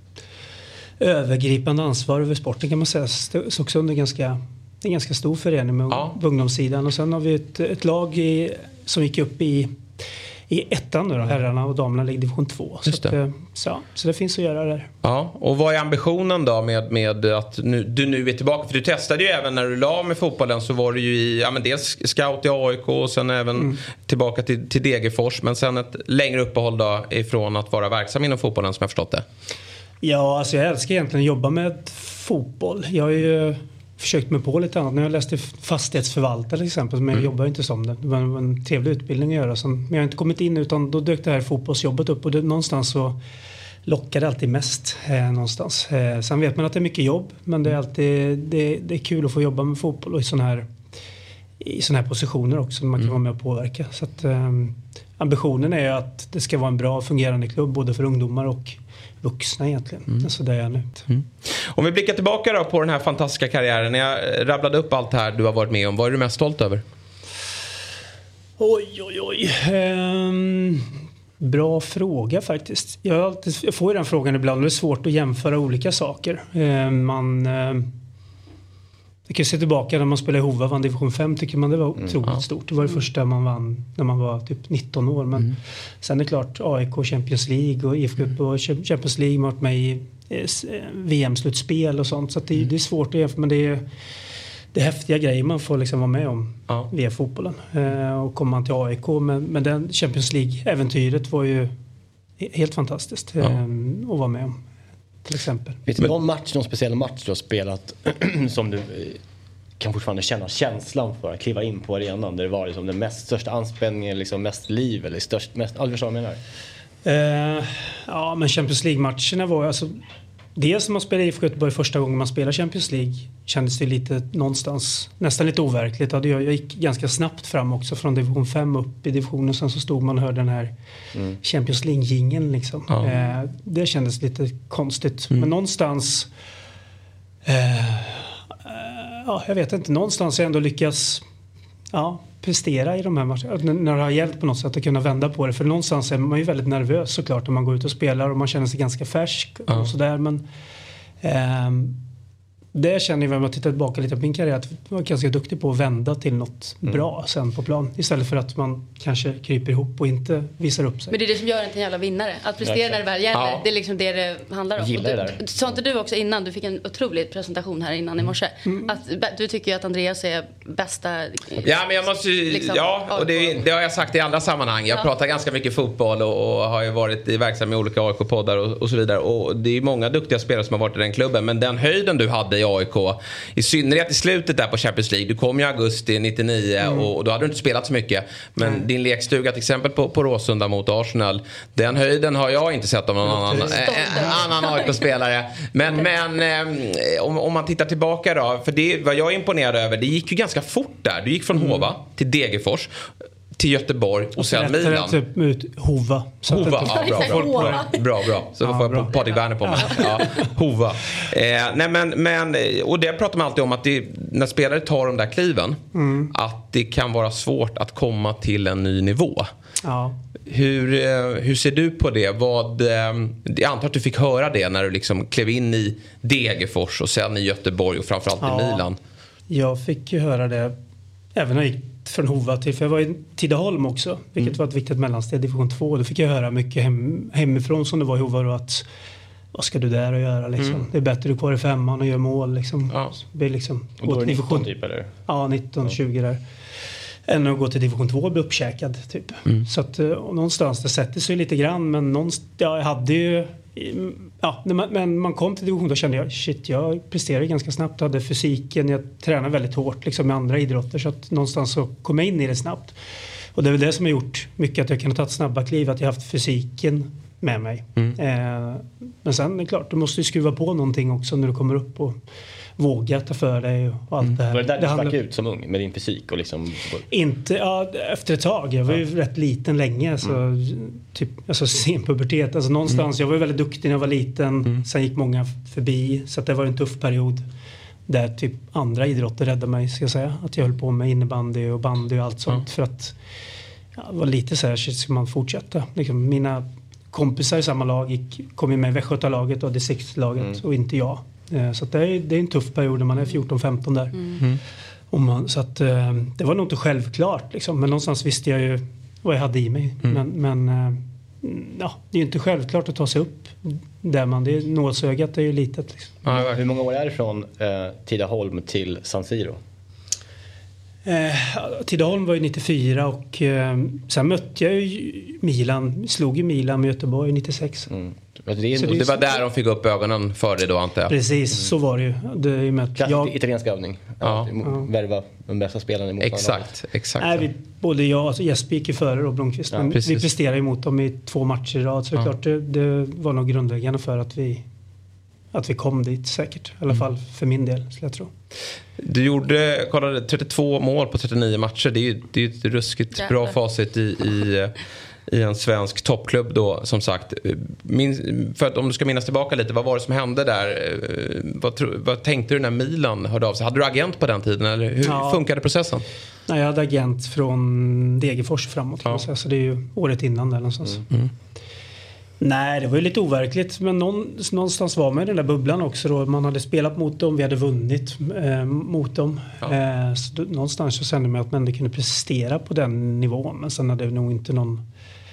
övergripande ansvar över sporten kan man säga. Stocksund är en ganska stor förening med ungdomssidan. Och sen har vi ett lag som gick upp i ettan nu då. Herrarna och damerna ligger i division 2. Så det finns att göra där. Ja, och vad är ambitionen då med att du nu är tillbaka? För du testade ju även när du la med fotbollen så var du ju dels scout i AIK och sen även tillbaka till Degerfors. Men sen ett längre uppehåll då ifrån att vara verksam inom fotbollen som jag förstått det. Ja, alltså jag älskar egentligen att jobba med fotboll. Jag har ju försökt mig på lite annat. När jag läste fastighetsförvaltare till exempel, men jag jobbar inte som det. Det var en trevlig utbildning att göra. Men jag har inte kommit in utan då dök det här fotbollsjobbet upp och någonstans så lockar det alltid mest någonstans. Sen vet man att det är mycket jobb, men det är alltid det är kul att få jobba med fotboll och i såna här positioner också man kan vara med och påverka. Så att ambitionen är att det ska vara en bra fungerande klubb både för ungdomar och vuxna egentligen. Alltså det är jag nu. Om vi blickar tillbaka då på den här fantastiska karriären. När jag rabblade upp allt här du har varit med om, vad är du mest stolt över? Oj. Bra fråga faktiskt. Jag får ju den frågan ibland. Det är svårt att jämföra olika saker. Jag kan se tillbaka när man spelade i Hova, vann division 5, tycker man det var otroligt stort. Det var det första man vann när man var typ 19 år. Men sen är det klart AIK Champions League och IFK och Champions League har varit med i VM-slutspel och sånt. Så det är svårt att jämföra, men det är häftiga grejer man får liksom vara med om via fotbollen. Och kommer man till AIK, men den Champions League-äventyret var ju helt fantastiskt att vara med om. Till exempel. Vet du någon speciell match du har spelat som du kan fortfarande känna känslan för att kliva in på arenan där det var liksom den mest största anspänningen, liksom mest liv eller mest aldrig vad menar? Ja, men Champions League-matcherna var alltså det som man spelade i IFK Göteborg första gången man spelade Champions League kändes det lite någonstans nästan lite overkligt. Jag gick ganska snabbt fram också från division 5 upp i divisionen, sen så stod man och hörde den här Champions League-jingeln liksom. Det kändes lite konstigt. Men någonstans jag vet inte, någonstans har jag ändå lyckats prestera i de här matcherna. När det har hjälpt på något sätt att kunna vända på det. För någonstans är man ju väldigt nervös såklart när man går ut och spelar och man känner sig ganska färsk och sådär. Men det känner jag när man tittar tillbaka lite på min karriär, att jag var ganska duktig på att vända till något bra sen på plan. Istället för att man kanske kryper ihop och inte visar upp sig. Men det är det som gör en till en jävla vinnare. Att prestera när det väl gäller. Det är liksom det handlar om. Sa inte du också innan, du fick en otrolig presentation här innan i morse. Att du tycker ju att Andreas är bästa... Ja, men jag måste och det har jag sagt i andra sammanhang. Jag pratar ganska mycket fotboll och har ju varit verksam i olika AIK-poddar och så vidare. Och det är många duktiga spelare som har varit i den klubben. Men den höjden du hade i AIK, i synnerhet i slutet där på Champions League, du kom i augusti 99 och då hade du inte spelat så mycket, men din lekstuga till exempel på Råsunda mot Arsenal, den höjden har jag inte sett av någon annan AIK-spelare. Men om man tittar tillbaka då, för det vad jag är imponerad över, det gick ju ganska fort där. Du gick från Hova till Degerfors till Göteborg och sen Milan. Typ ut Hova. Bra. Så får jag Patrik Werner på mig. Hova. Men och det pratar man alltid om, att när spelare tar de där kliven, att det kan vara svårt att komma till en ny nivå. Ja. Hur ser du på det? Jag antar att du fick höra det när du liksom klev in i Degerfors och sen i Göteborg och framförallt i Milan. Jag fick ju höra det även när jag gick från Hova till, för jag var i Tidaholm också, vilket var ett viktigt mellansteg, division 2. Då fick jag höra mycket hemifrån som det var i Hova då, att vad ska du där och göra liksom? Det är bättre du kvar i 5:an och gör mål liksom. Det är liksom, och då är det 19 typ eller? Ja, 19-20 där. Än att gå till division 2 och bli uppkäkad typ. Så att någonstans det sätter sig lite grann, men jag hade ju men man kom till division, då kände jag jag presterade ganska snabbt, hade fysiken, jag tränade väldigt hårt liksom med andra idrotter, så att någonstans så kom jag in i det snabbt. Och det är väl det som har gjort mycket att jag kan ta ett snabba kliv, att jag har haft fysiken med mig. Men sen är det klart, du måste ju skruva på någonting också när du kommer upp och våga ta för dig och allt det här. Var det där du stack ut som ung med din fysik? Och liksom... Inte, efter ett tag. Jag var ju rätt liten länge. Så, alltså senpubertet. Alltså någonstans, jag var ju väldigt duktig när jag var liten. Sen gick många förbi. Så att det var en tuff period. Där typ andra idrotter räddade mig, ska jag säga. Att jag höll på med innebandy och bandy och allt sånt. För att det var lite så här, ska man fortsätta. Liksom, mina kompisar i samma lag kom ju med i Västgötalaget och distriktslaget och inte jag. Så att det är en tuff period när man är 14-15 där. Så att det var nog inte självklart liksom. Men någonstans visste jag ju vad jag hade i mig. Men det är ju inte självklart att ta sig upp där det är nålsögat, är ju litet liksom. Hur många år är det från Tidaholm till San Siro? Tidaholm var ju 94 och sen mötte jag ju Milan, slog ju Milan med Göteborg 96. Det var där de fick upp ögonen för det då, antar jag. Precis, så var det ju. Det är ju med klassisk italiensk övning. Värva de bästa spelarna emot exakt. Både jag och Jesper gick ju före och Blomqvist. Men vi presterade emot dem i 2 matcher i rad. Så det är klart, det var nog grundläggande för att vi kom dit säkert. I alla fall för min del, skulle jag tro. Du kollade 32 mål på 39 matcher. Det är ju ett ruskigt bra facit i en svensk toppklubb då, som sagt. För att om du ska minnas tillbaka lite, vad var det som hände där? Vad tänkte du när Milan hörde av sig? Hade du agent på den tiden, eller hur funkade processen? Nej, jag hade agent från Degerfors framåt, kan man säga. Så det är ju året innan där någonstans. Nej, det var ju lite overkligt, men någonstans var man i den där bubblan också då. Man hade spelat mot dem, vi hade vunnit mot dem. Så någonstans så kände man att man inte kunde prestera på den nivån, men sen hade det nog inte någon...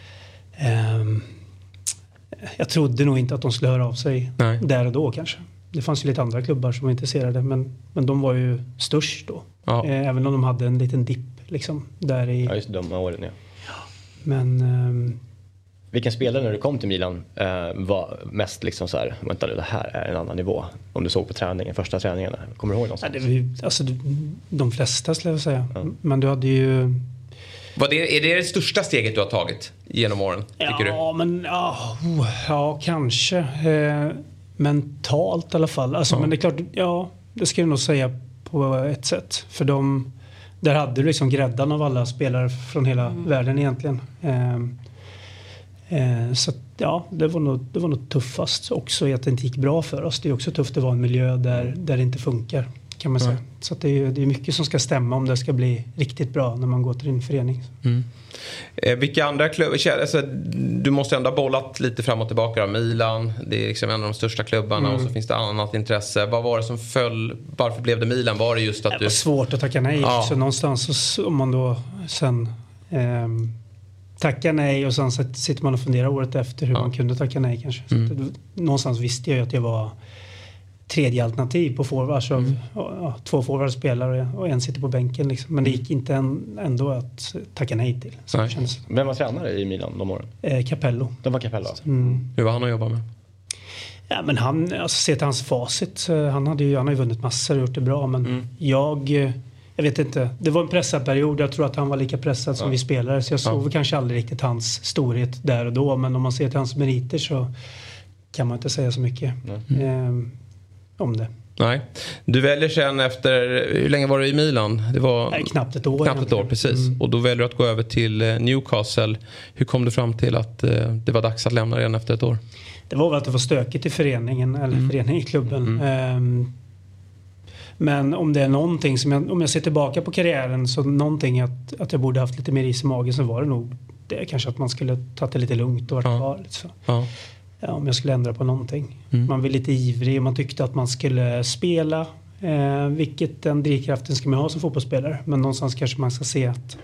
jag trodde nog inte att de skulle höra av sig där och då kanske. Det fanns ju lite andra klubbar som var intresserade, men de var ju störst då. Även om de hade en liten dipp liksom, där i... Ja, just de åren, ja. Men... Vilken spelare när du kom till Milan var mest liksom så här, vänta nu, det här är en annan nivå? Om du såg på träningen, första träningarna. Kommer du ihåg någonstans? Ja, alltså, de flesta skulle jag säga. Men du hade ju... Är det största steget du har tagit genom åren, tycker du? Men, ja, kanske. Mentalt i alla fall. Alltså, men det är klart, det ska jag nog säga på ett sätt. För där hade du liksom gräddan av alla spelare från hela världen egentligen. Så det var nog tuffast också i att det inte gick bra för oss. Det är också tufft att vara en miljö där det inte funkar, kan man säga. Så att det är mycket som ska stämma om det ska bli riktigt bra när man går till din förening. Vilka andra klubbar, alltså, du måste ändå ha bollat lite fram och tillbaka av Milan, det är liksom en av de största klubbarna, och så finns det annat intresse. Vad var det som föll, varför blev det Milan? Var det just att det var svårt att tacka nej, så någonstans om man då sen tacka nej och sen sitter man och funderar året efter hur man kunde tacka nej kanske. Så någonstans visste jag ju att jag var tredje alternativ på forwards av 2 forwardspelare och en sitter på bänken liksom. Men det gick inte ändå att tacka nej till. Så kändes. Vem var tränare i Milan de åren? Capello. Det var Capello. Hur var han att jobba med? Ja, men han, alltså, se till hans facit, han har ju vunnit massor och gjort det bra, men jag vet inte, det var en pressad period. Jag tror att han var lika pressad som vi spelare, så jag såg kanske aldrig riktigt hans storhet där och då, men om man ser till hans meriter så kan man inte säga så mycket om det. Nej. Du väljer sen efter, hur länge var du i Milan? Det var knappt ett år. Knappt ett år, precis. Och då väljer du att gå över till Newcastle. Hur kom du fram till att det var dags att lämna redan efter ett år? Det var väl att det var stökigt i föreningen, eller föreningen i klubben. Men om det är någonting som om jag ser tillbaka på karriären, så någonting att jag borde haft lite mer is i magen, så var det nog det, kanske att man skulle ta det lite lugnt och varit kvar lite så. Ja, om jag skulle ändra på någonting. Man var lite ivrig och man tyckte att man skulle spela, vilket den drivkraften ska man ha som fotbollsspelare. Men någonstans kanske man ska se att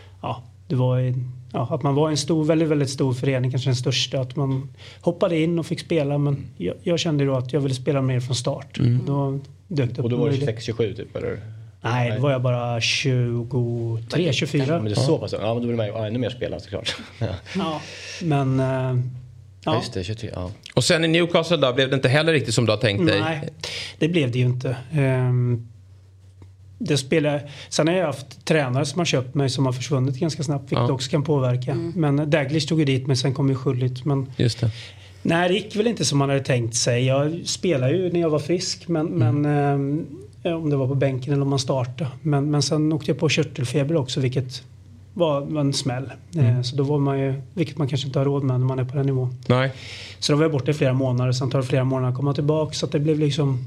att man var en stor, väldigt, väldigt stor förening, kanske den största, att man hoppade in och fick spela, men jag kände då att jag ville spela mer från start. Då dök det upp. Och då var det 26-27 typ, eller? Nej, då var jag bara 23-24. Men det är så pass. Ja, men då vill man ju ännu mer spela, såklart. Men... Just det, 23, Och sen i Newcastle då, blev det inte heller riktigt som du har tänkt dig? Nej, det blev det ju inte. Sen har jag haft tränare som har köpt mig som har försvunnit ganska snabbt, vilket också kan påverka. Men Daglish tog ju dit mig, sen kom ju Schullit. Men just det. Nej, det gick väl inte som man hade tänkt sig. Jag spelade ju när jag var frisk, men om det var på bänken eller om man startade. Men sen åkte jag på körtelfeber också, vilket var en smäll. Så då var man ju, vilket man kanske inte har råd med när man är på den nivån. Nej. Så då var jag borta i flera månader, sen tar det flera månader att komma tillbaka, så att det blev liksom,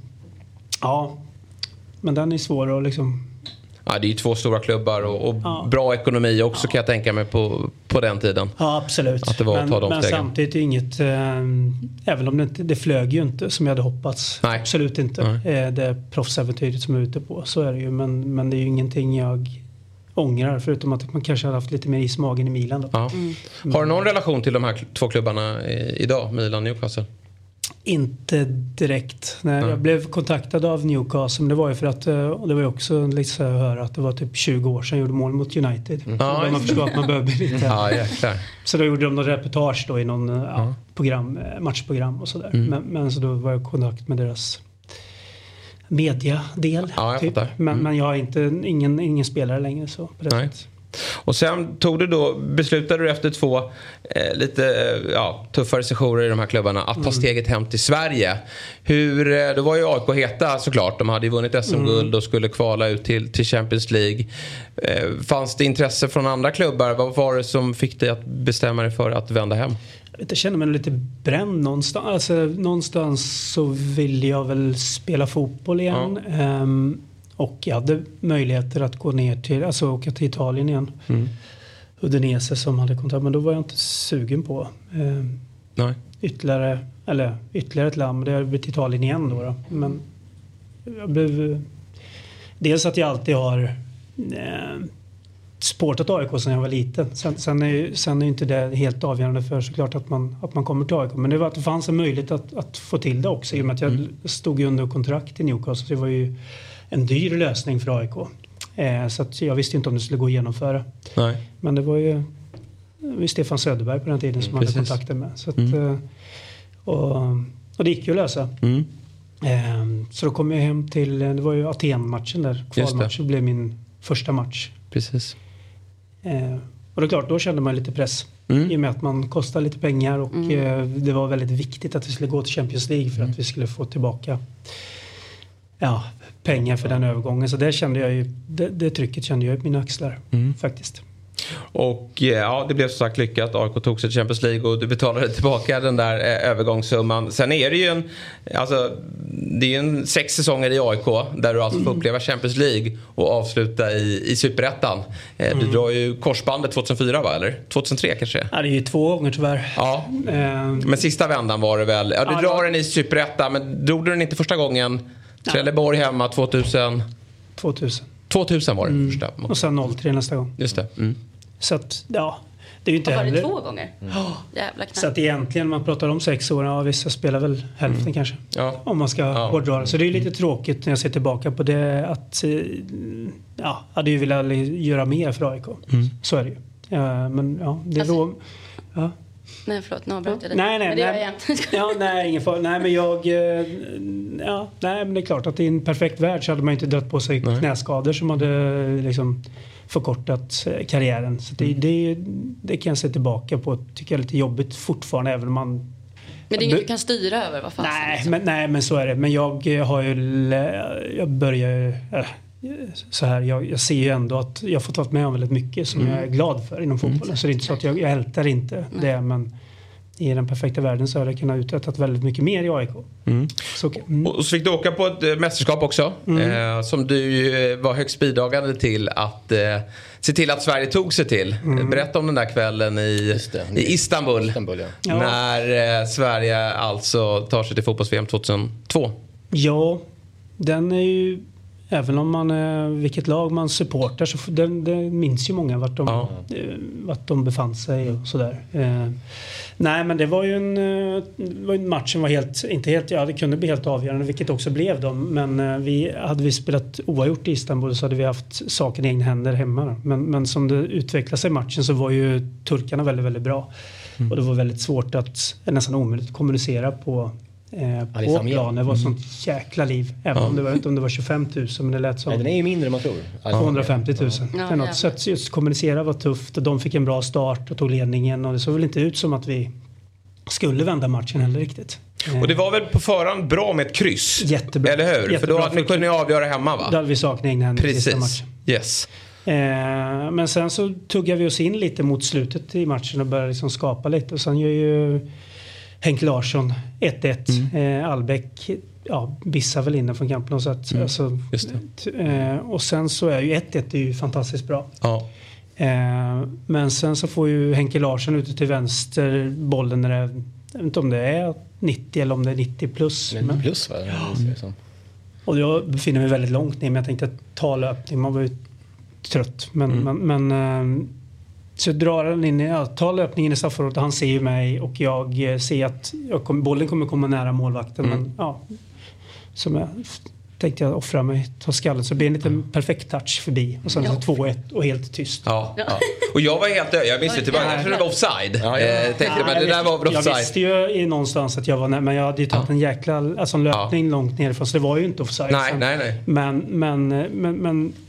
men den är svår att liksom... Ja, det är ju 2 stora klubbar och bra ekonomi också, kan jag tänka mig på den tiden. Ja, absolut. Att det var att ta de men stegen. samtidigt är inget, även om det flög ju inte som jag hade hoppats. Nej. Absolut inte. Det proffsäventyret som jag är ute på, så är det ju. Men det är ju ingenting jag ångrar, förutom att man kanske hade haft lite mer is i magen i Milan då. Ja. Har du någon relation till de här 2 klubbarna idag, Milan och Newcastle? Inte direkt. När jag blev kontaktad av Newcastle, men det var ju för att, och det var ju också lite så att höra att det var typ 20 år sedan jag gjorde mål mot United. Så man förstår att man behöver bli lite. Så då gjorde de någon reportage då i någon matchprogram och sådär. Men så då var jag i kontakt med deras mediadel. Typ. Men jag har ingen spelare längre så på det sättet. Och sen beslutade du efter 2 tuffare sessioner i de här klubbarna att ta steget hem till Sverige. Då var ju AIK heta såklart. De hade ju vunnit SM-guld och skulle kvala ut till Champions League. Fanns det intresse från andra klubbar? Vad var det som fick dig att bestämma dig för att vända hem? Jag känner mig lite bränd någonstans. Alltså, någonstans så vill jag väl spela fotboll igen. Och jag hade möjligheter att gå ner till, alltså åka till Italien igen. Udinese som hade kontrakt, men då var jag inte sugen på ytterligare ett land. Det har blivit Italien igen då. Men jag blev... Dels att jag alltid har sportat AIK sedan jag var liten. Sen är inte det helt avgörande för såklart att man kommer till AIK. Men det var att det fanns en möjlighet att få till det också. I och med att jag stod under kontrakt i Newcastle. Så det var ju en dyr lösning för AIK. Så att jag visste inte om det skulle gå att genomföra. Nej. Men det var ju Stefan Söderberg på den tiden som hade kontakter med. Så att, och det gick ju att lösa. Så då kom jag hem till, det var ju Aten-matchen där. Kvalmatchen blev min första match. Precis. Och det är klart, då kände man lite press. I och med att man kostar lite pengar. Och det var väldigt viktigt att vi skulle gå till Champions League för att vi skulle få tillbaka pengar för den övergången. Så det kände jag ju, det trycket kände jag i mina axlar faktiskt. Och det blev så sagt lyckat. AIK tog sig till Champions League och du betalade tillbaka den där övergångssumman. Sen är det ju det är en 6 säsonger i AIK där du alltså får uppleva Champions League och avsluta i Superettan. Du drar ju korsbandet 2004 va, eller? 2003 kanske? Ja, det är ju 2 gånger tyvärr. Ja. Men sista vändan var det väl. Du drar den i Superettan, men drog du den inte första gången? Trelleborg hemma 2000 var det första. Och sen 03 nästa gång. Just det. Så att, det är ju inte heller. Var det 2 gånger? Jävla knall. Så att egentligen, man pratar om 6 år, vissa spelar väl hälften kanske. Om man ska hårdra det. Så det är lite tråkigt när jag ser tillbaka på det att hade ju velat göra mer för AIK. Så är det ju. Men det är då... Nej, förlåt, nu avbröt jag dig. Nej, men det gör jag igen. Nej, ingen fara. Nej, men men det är klart att i en perfekt värld så hade man inte dragit på sig knäskador som hade liksom förkortat karriären. Så det kan jag se tillbaka på. Tycker jag är lite jobbigt fortfarande, även om man... Men det är inget du kan styra över, vad fan? Nej, men så är det. Men jag börjar så här, jag ser ju ändå att jag fått varit med om väldigt mycket som jag är glad för inom fotbollen. Så det är inte så att jag ältar inte det, men i den perfekta världen så har jag kunnat uträttat väldigt mycket mer i AIK. Och så fick du åka på ett mästerskap också som du var högst bidragande till att se till att Sverige tog sig till. Berätta om den där kvällen i Istanbul när Sverige alltså tar sig till fotbolls-VM 2002. Ja, den är ju, även om man vilket lag man supportar, så det minns ju många vart de befann sig och sådär. Nej, men det var ju en match som var det kunde bli helt avgörande, vilket också blev dem. Men hade vi spelat oavgjort i Istanbul så hade vi haft saken i egna händer hemma. Men som det utvecklade sig i matchen så var ju turkarna väldigt, väldigt bra. Och det var väldigt svårt nästan omöjligt att kommunicera på planen. Det var sånt jäkla liv. Även om det var inte om det var 25 000, men det lät som... Nej, den är ju mindre än man tror. 250 000. Så att just kommunicera var tufft och de fick en bra start och tog ledningen, och det såg väl inte ut som att vi skulle vända matchen heller riktigt. Och det var väl på förhand bra med ett kryss? Jättebra. Eller hur? Jättebra, för då kunde ni avgöra hemma, va? Då hade vi saknat egna händer i sista matchen. Yes. Men sen så tuggade vi oss in lite mot slutet i matchen och började liksom skapa lite, och sen gör ju Henke Larsson 1-1. Albeck bissar väl inne från kampen. Så att, och sen så är ju 1-1 är ju fantastiskt bra. Men sen så får ju Henke Larsson ute till vänster bollen när det, jag vet inte om det är 90 eller om det är 90 plus. Men plus, va? Och jag befinner mig väldigt långt ner, men jag tänkte ta löpning. Man var ju trött. Men så drar han in, tar löpningen i straffområdet, och han ser ju mig och jag ser att bollen kommer komma nära målvakten. Men som jag tänkte jag offra mig, ta skallen, så blir det en liten perfekt touch förbi och sen 2-1 och helt tyst. Och jag var helt jag visste inte, jag trodde det var offside. Men det där var väl offside. Jag visste ju någonstans att jag var nära, men jag hade ju tagit en jäkla löpning långt nerifrån, så det var ju inte offside. Nej. Men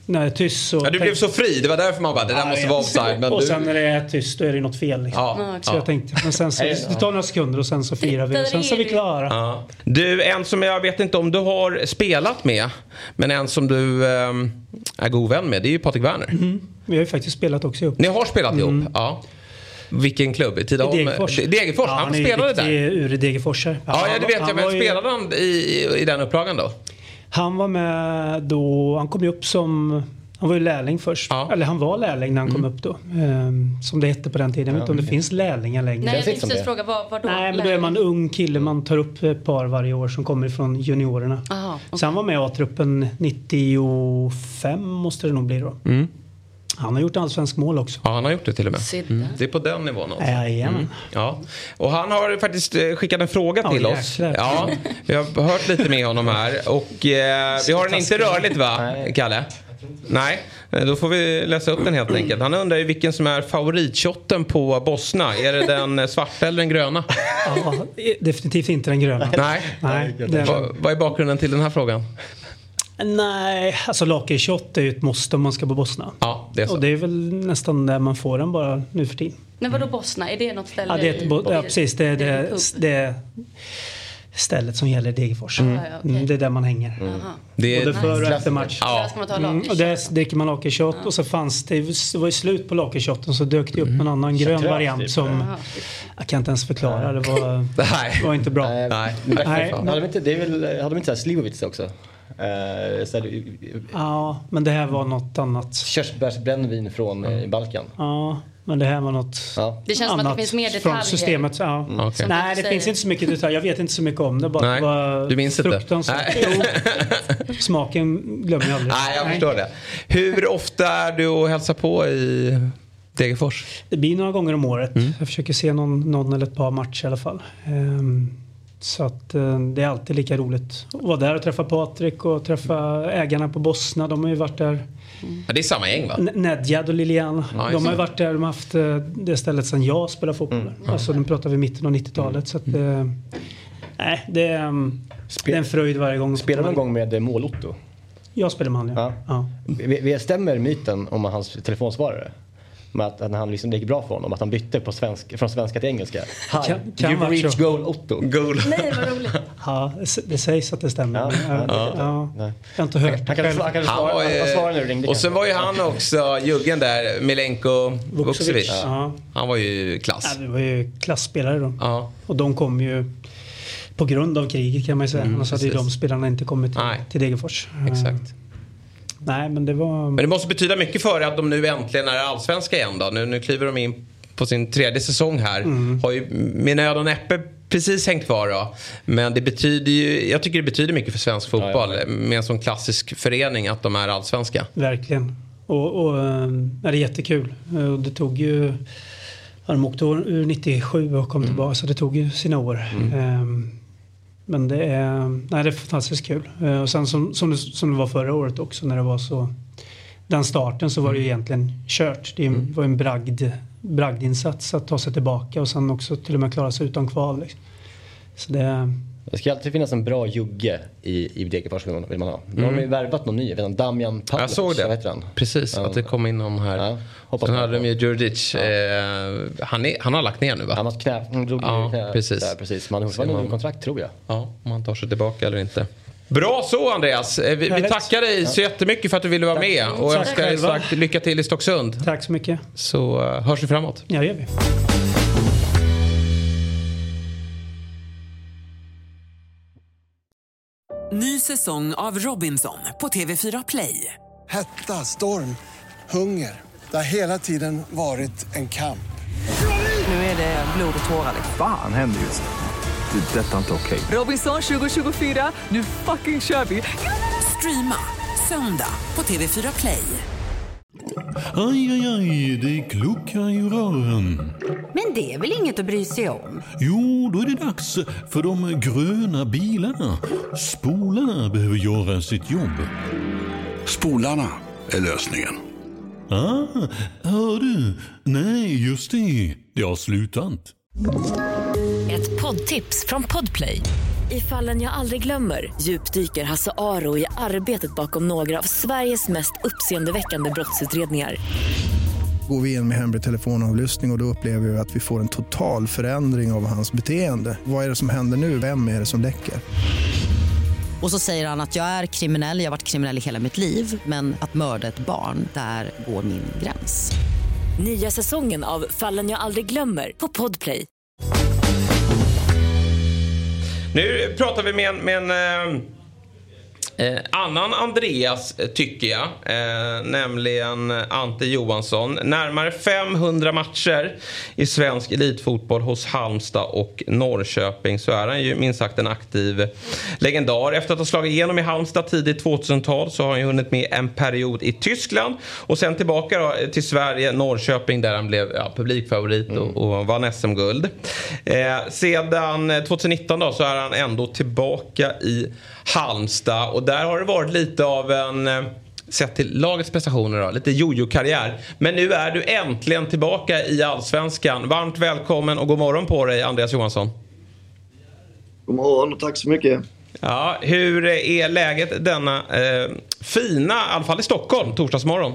när det är tyst så... Ja, du blev så fri, det var därför man bara, det där måste vara offside. Men och sen när det är tyst, då är det något fel. Liksom. Så jag tänkte, men sen så, det tar några sekunder och sen så firar vi och sen så är vi klara. Ja. Du, en som jag vet inte om du har spelat med, men en som du är god vän med, det är ju Patrik Werner. Vi har ju faktiskt spelat också ihop. Ni har spelat ihop, ja. Vilken klubb? Degerfors. Degerfors, han spelade där. Ur Degerfors. Ja, det vet jag, men spelade han i den upplagan då? Han var med då, han kom ju upp som... Han var ju lärling först. Ja. Eller han var lärling när han kom upp då. Som det hette på den tiden. Jag vet inte om det finns lärlingar längre. Nej, jag tänkte precis fråga, vad då? Nej, men då är man ung kille. Man tar upp ett par varje år som kommer från juniorerna. Aha, okay. Så han var med i A-truppen 95 måste det nog bli då. Han har gjort allsvensk mål också. Ja, han har gjort det till och med. Det är på den nivån alltså. Ja. Och han har faktiskt skickat en fråga till oss. Ja, vi har hört lite med honom här. Och vi har den inte rörligt, va, Kalle? Nej, då får vi läsa upp den helt enkelt. Han undrar ju vilken som är favoritshotten på Bosna. Är det den svarta eller den gröna? Ja, definitivt inte den gröna. Nej. Vad är bakgrunden till den här frågan? Nej, alltså lakershot är ju ett måste om man ska på Bosna. Ja, det är så. Och det är väl nästan där man får den bara nu för tiden. Men vadå Bosna? Är det något ställe? Ja, ja precis. Det är stället som gäller Degerfors. Det är där man hänger. Det är både för och efter match. Och där dricker man lakershot och så fanns det var ju slut på lakershoten så dök det upp en annan grön variant som jag kan inte ens förklara. Det var inte bra. Nej. Hade de inte Slivovitz också? Ja, men det här var något annat. Körsbärsbrännvin från Balkan. Ja, men det här var något det känns som att det finns mer detaljer från systemet. Ja. Okay. Nej, det finns inte så mycket detaljer. Jag vet inte så mycket om det. Bara Nej, var du minns inte? Smaken glömmer jag aldrig. Nej, jag förstår det. Hur ofta är du och hälsar på i Degerfors? Det blir några gånger om året. Jag försöker se någon eller ett par matcher i alla fall. Så att det är alltid lika roligt att vara där och träffa Patrik och träffa ägarna på Bosna. De har ju varit där. Ja, det är samma gäng, va? Nedjad och Lilian. De har ju varit där. De har haft det stället sedan jag spelade fotboll. Alltså nu pratar vi mitten av 90-talet. Så att det är en fröjd varje gång. Spelar någon gång med Mål-Otto? Jag spelar med han, ja. Vi stämmer myten om hans telefonsvarare? Med att han liksom, det gick bra för honom att han bytte från svenska till engelska. Hi, you've reached goal Otto. Goal. Nej, vad roligt. Ja, det sägs att det stämmer. Ja. Jag har inte hört. Han kan svara när du ringde. Och sen var ju han också juggen där, Milenko Vukcevic. Han var ju klass. Ja, det var ju klassspelare då. Ja. Och de kom ju på grund av kriget kan man ju säga. Annars hade ju de spelarna inte kommit till Degerfors. Exakt. Nej, men det var... Men det måste betyda mycket för att de nu äntligen är allsvenska igen då. Nu kliver de in på sin 3:e säsong här. Har ju med nöd och näppe precis hängt kvar då. Men det betyder ju, jag tycker det betyder mycket för svensk fotboll med en sån klassisk förening att de är allsvenska. Verkligen. Och det är jättekul. Och det tog ju... De åkte ur 97 och kom tillbaka så det tog ju sina år. Men det är fantastiskt kul. Och sen som det var förra året också när det var så den starten så var det ju egentligen kört. Det var en bragdinsats att ta sig tillbaka och sen också till och med klara sig utan kval. Liksom. Så det ska alltid finnas en bra jugge i Degerfors vill man ha. De har ju värvat någon ny, jag vet inte, Damjan Pavlovic. Jag såg det, precis, att det kom in någon här. Ja, sen hade de ju Djurdjic, han har lagt ner nu, va? Han drog knä. Precis. Där, precis. Man har en kontrakt, tror jag. Ja, om han tar sig tillbaka eller inte. Bra så, Andreas. Vi tackar dig så jättemycket för att du ville vara med. Och önskar sagt lycka till i Stocksund. Tack så mycket. Så hörs vi framåt. Ja, gör vi. Ny säsong av Robinson på TV4 Play. Hetta, storm, hunger. Det har hela tiden varit en kamp. Nu är det blod och tårar. Fan händer just det. Det är detta inte okej. Robinson 2024, nu fucking kör vi. Streama söndag på TV4 Play. Aj, det kluckar i rören. Men det är väl inget att bry sig om? Jo, då är det dags för de gröna bilarna. Spolarna behöver göra sitt jobb. Spolarna är lösningen. Hör du? Nej, just det. Det har slutat. Ett poddtips från Podplay. I Fallen jag aldrig glömmer djupdyker Hasse Aro i arbetet bakom några av Sveriges mest uppseendeväckande brottsutredningar. Går vi in med hemlig telefonavlyssning och då upplever vi att vi får en total förändring av hans beteende. Vad är det som händer nu? Vem är det som läcker? Och så säger han att jag är kriminell, jag har varit kriminell i hela mitt liv. Men att mörda ett barn, där går min gräns. Nya säsongen av Fallen jag aldrig glömmer på Podplay. Nu pratar vi med en annan Andreas, tycker jag, nämligen Ante Johansson. Närmare 500 matcher i svensk elitfotboll hos Halmstad och Norrköping, så är han ju minst sagt en aktiv legendar. Efter att ha slagit igenom i Halmstad tidigt 2000-tal så har han ju hunnit med en period i Tyskland och sen tillbaka då till Sverige, Norrköping, där han blev publikfavorit och vann SM-guld. Sedan 2019 då så är han ändå tillbaka i Halmstad, och där har det varit lite av en, sett till lagets prestationer då, lite jojo-karriär. Men nu är du äntligen tillbaka i Allsvenskan. Varmt välkommen och god morgon på dig, Andreas Johansson. God morgon och tack så mycket. Ja, hur är läget denna fina, i alla fall i Stockholm, torsdagsmorgon?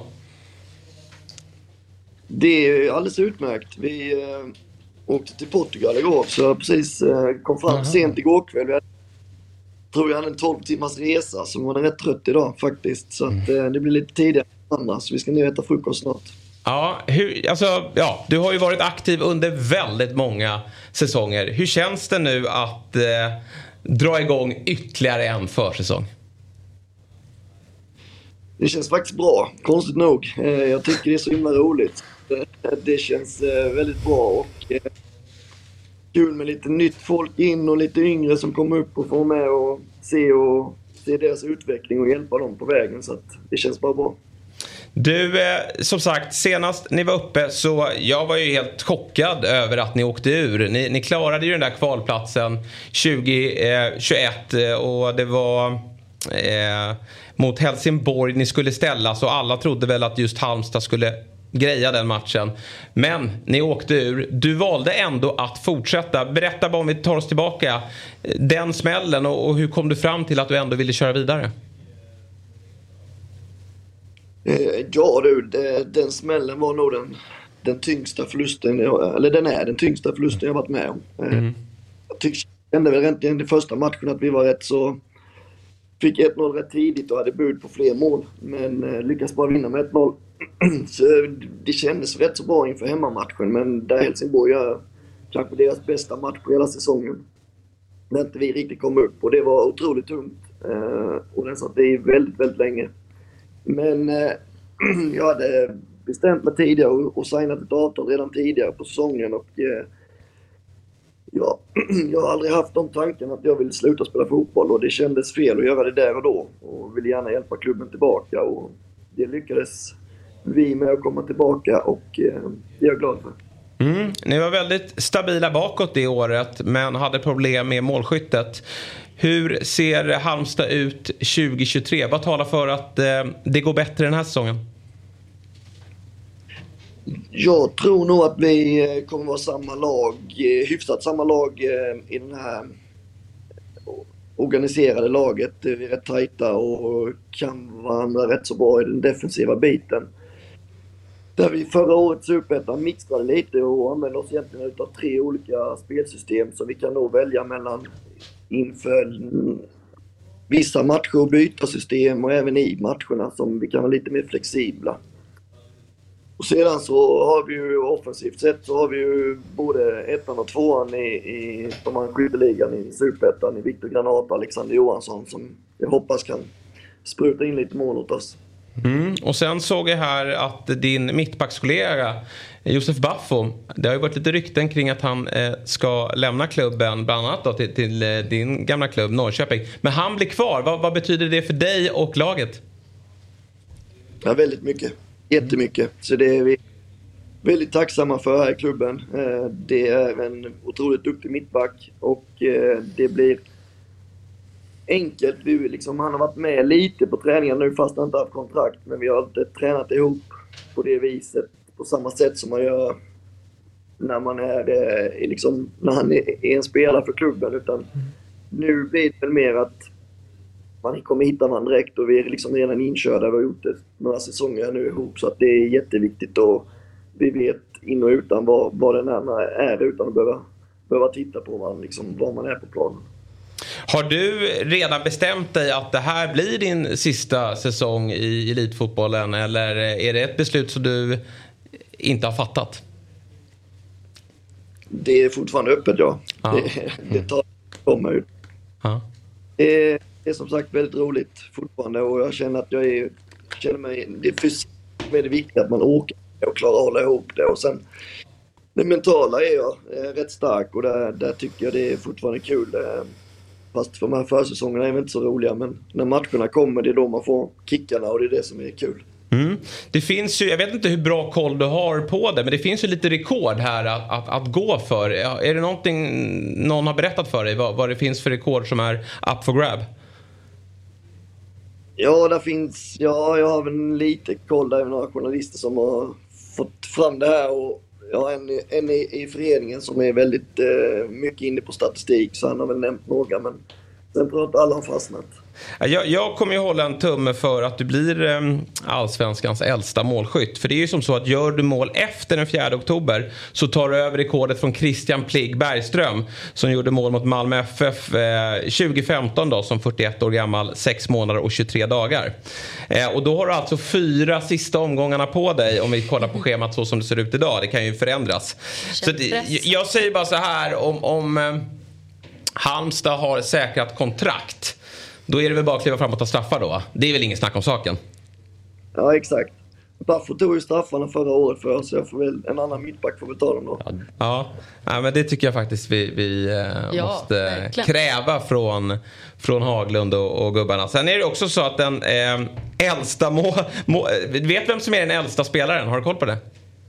Det är alldeles utmärkt. Vi åkte till Portugal igår, så precis kom fram sent igår kväll. Jag tror jag hade en 12 timmars resa, så man är rätt trött idag faktiskt. Så att, det blir lite tidigare än andra, så vi ska nu äta frukost snart. Ja, du har ju varit aktiv under väldigt många säsonger. Hur känns det nu att dra igång ytterligare en försäsong? Det känns faktiskt bra, konstigt nog. Jag tycker det är så himla roligt. Det känns väldigt bra och kul med lite nytt folk in och lite yngre som kommer upp och får med och se deras utveckling och hjälpa dem på vägen, så att det känns bara bra. Du, som sagt, senast ni var uppe så jag var ju helt chockad över att ni åkte ur. Ni klarade ju den där kvalplatsen 2021 och det var mot Helsingborg ni skulle ställas, och alla trodde väl att just Halmstad skulle greja den matchen. Men ni åkte ur. Du valde ändå att fortsätta. Berätta bara, om vi tar oss tillbaka, den smällen och hur kom du fram till att du ändå ville köra vidare? Ja du, den smällen var nog den tyngsta förlusten, eller den är den tyngsta förlusten jag varit med om. Jag kände väl egentligen den första matchen att vi var rätt så, fick 1-0 rätt tidigt och hade bud på fler mål, men lyckades bara vinna med 1-0. Så det kändes rätt så bra inför hemmamatchen, men där Helsingborg gör kanske deras bästa match på hela säsongen, när inte vi riktigt kom upp, och det var otroligt tungt och den satt i väldigt, väldigt länge. Men jag hade bestämt mig tidigare och signat ett avtal redan tidigare på säsongen, och jag har aldrig haft de tanken att jag ville sluta spela fotboll, och det kändes fel att göra det där och då, och ville gärna hjälpa klubben tillbaka, och det lyckades vi med att komma tillbaka, och det är jag glad för. Ni var väldigt stabila bakåt det året, men hade problem med målskyttet. Hur ser Halmstad ut 2023? Vad talar för att det går bättre den här säsongen? Jag tror nog att vi kommer vara samma lag, hyfsat samma lag i den här organiserade laget. Vi är rätt tajta och kan varandra rätt så bra i den defensiva biten. Där vi förra året Superettan mixade lite och använde oss egentligen utav 3 olika spelsystem, så vi kan nog välja mellan inför vissa matcher och byta system, och även i matcherna som vi kan vara lite mer flexibla. Och sedan så har vi ju offensivt sett så har vi ju både 1:an och 2:an i skytteligan i Superettan, i Viktor Granat och Alexander Johansson, som jag hoppas kan spruta in lite mål åt oss. Och sen såg jag här att din mittbackskollega Josef Baffo, det har ju varit lite rykten kring att han ska lämna klubben, bland annat då, till din gamla klubb Norrköping. Men han blir kvar. Vad betyder det för dig och laget? Ja, väldigt mycket. Jättemycket. Så det är vi väldigt tacksamma för här i klubben. Det är en otroligt duktig mittback, och det blir enkelt. Han har varit med lite på träningen nu fast han inte haft kontrakt, men vi har inte tränat ihop på det viset, på samma sätt som man gör när man är när han är en spelare för klubben, utan nu blir det väl mer att man kommer hitta varandra direkt och vi är liksom redan inkörda. Vi har gjort det några säsonger nu ihop, så att det är jätteviktigt och vi vet in och utan vad den andra är utan att behöva titta på varandra, liksom, var man är på planen. Har du redan bestämt dig att det här blir din sista säsong i elitfotbollen, eller är det ett beslut som du inte har fattat? Det är fortfarande öppet, ja. Det tar komma ut. Det är som sagt väldigt roligt fortfarande och jag känner att känner mig, det är viktigt att man åker och klarar att hålla ihop det, och sen det mentala är jag rätt stark och där tycker jag det är fortfarande kul. Fast för de här försäsongerna är väl inte så roliga, men när matcherna kommer det är då man får kickarna och det är det som är kul. Det finns ju, jag vet inte hur bra koll du har på det, men det finns ju lite rekord här att gå för. Är det någonting någon har berättat för dig vad det finns för rekord som är up for grab? Ja, där finns, jag har väl lite koll där med några journalister som har fått fram det här, och jag har en i föreningen som är väldigt mycket inne på statistik, så han har väl nämnt några, men sen tror jag att alla har fastnat. Jag kommer ju hålla en tumme för att du blir allsvenskans äldsta målskytt. För det är ju som så att gör du mål efter den 4 oktober så tar du över rekordet från Christian Pligg Bergström som gjorde mål mot Malmö FF 2015 då, som 41 år gammal, 6 månader och 23 dagar. Och då har du alltså 4 sista omgångarna på dig om vi kollar på schemat så som det ser ut idag. Det kan ju förändras. Så jag säger bara så här, om Halmstad har säkrat kontrakt, då är det väl bara att kliva fram och ta straffar då? Det är väl ingen snack om saken? Ja, exakt. Baffo tog ju straffarna förra året för oss, så jag får väl en annan mittback får betala dem då. Ja, men det tycker jag faktiskt vi måste verkligen kräva från Haglund och gubbarna. Sen är det också så att den äldsta vet vem som är den äldsta spelaren? Har du koll på det?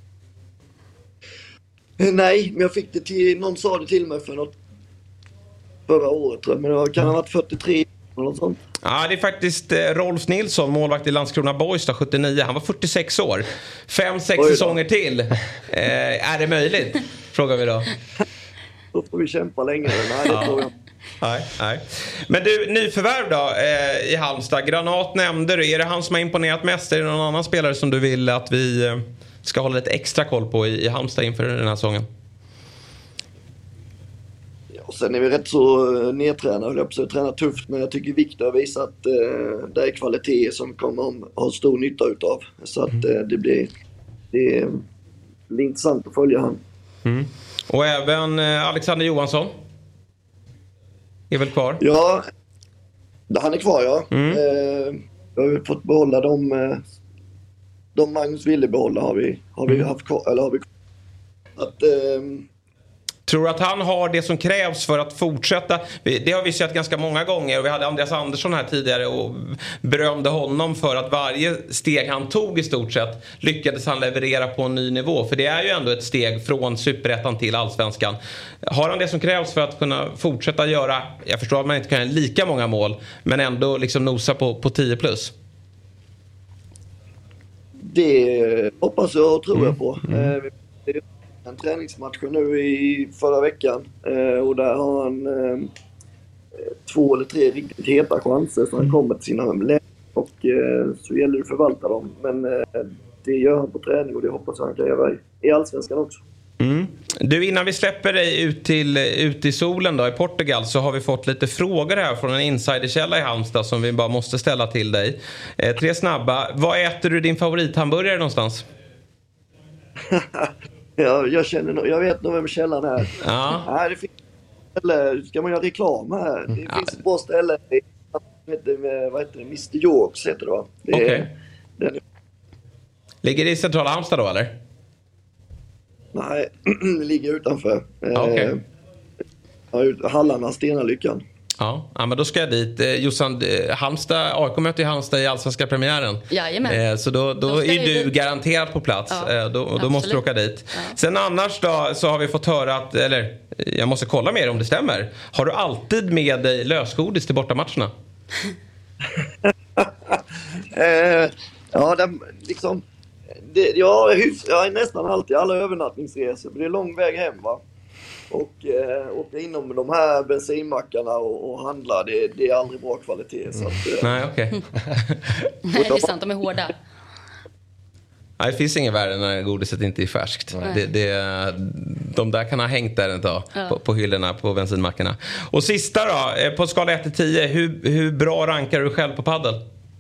Nej, men jag fick det till, någon sa det till mig förra året, tror jag, men det kan ha varit 43 eller något sånt. Ja, det är faktiskt Rolf Nilsson, målvakt i Landskrona Boys 79. Han var 46 år. 5-6 säsonger till. Är det möjligt? Frågar vi då. Då får vi kämpa länge. Nej, det tror jag. Nej. Men du, nyförvärv då i Halmstad. Granat nämnde du. Är det han som har imponerat mest? Är det någon annan spelare som du vill att vi ska hålla lite extra koll på i Halmstad inför den här säsongen? Och sen är vi rätt så nedtränade, jag har tränat tufft, men jag tycker Viktor har visat att det är kvalitet som kommer ha stor nytta utav. Så att det blir intressant att följa han. Och även Alexander Johansson är väl kvar? Ja, han är kvar, ja. Jag har fått behålla de Magnus ville behålla har vi haft kvar, eller har vi att tror du att han har det som krävs för att fortsätta? Det har vi sett ganska många gånger. Och vi hade Andreas Andersson här tidigare och berömde honom för att varje steg han tog i stort sett lyckades han leverera på en ny nivå. För det är ju ändå ett steg från Superettan till Allsvenskan. Har han det som krävs för att kunna fortsätta göra, jag förstår att man inte kan göra lika många mål, men ändå liksom nosa på 10+? Det hoppas jag och tror jag på. En träningsmatch nu i förra veckan och där har han 2 eller 3 riktigt heta chanser så han kommer till sina lägen och så gäller det att förvalta dem, men det gör han på träning och det hoppas jag han kan göra i Allsvenskan också. Du, innan vi släpper dig ut i solen då i Portugal, så har vi fått lite frågor här från en insiderkälla i Halmstad som vi bara måste ställa till dig. 3 snabba. Vad äter du din favorithamburgare någonstans? Ja, jag vet nog vem källan är. Ja. Nej, det finns, eller ska man göra reklam här? Det finns ett bra ställe vad heter det? Mr. Yorks heter det, va? Okej. Ligger det i centrala Halmstad då, eller? Nej, det ligger utanför. Okej. Hallarna, Stenalyckan. Ja, men då ska jag dit. Jossan, Halmstad, AIK möter i Halmstad i allsvenska premiären. Jajamän. Så då är du garanterat på plats. Ja, då måste du åka dit. Ja. Sen annars då så har vi fått höra att, eller jag måste kolla med om det stämmer. Har du alltid med dig lösgodis till bortamatcherna? Ja, liksom... Jag är nästan alltid alla övernattningsresor, för det är lång väg hem, va? åka inom de här bensinmackarna och handla, det är aldrig bra kvalitet. Så att, Nej, okej. Nej, det är sant, de är hårda. Nej, det finns ingen värre när godiset inte är färskt. De där kan ha hängt där ett tag på hyllorna på bensinmackarna. Och sista då, på skala 1-10, hur bra rankar du själv på paddel?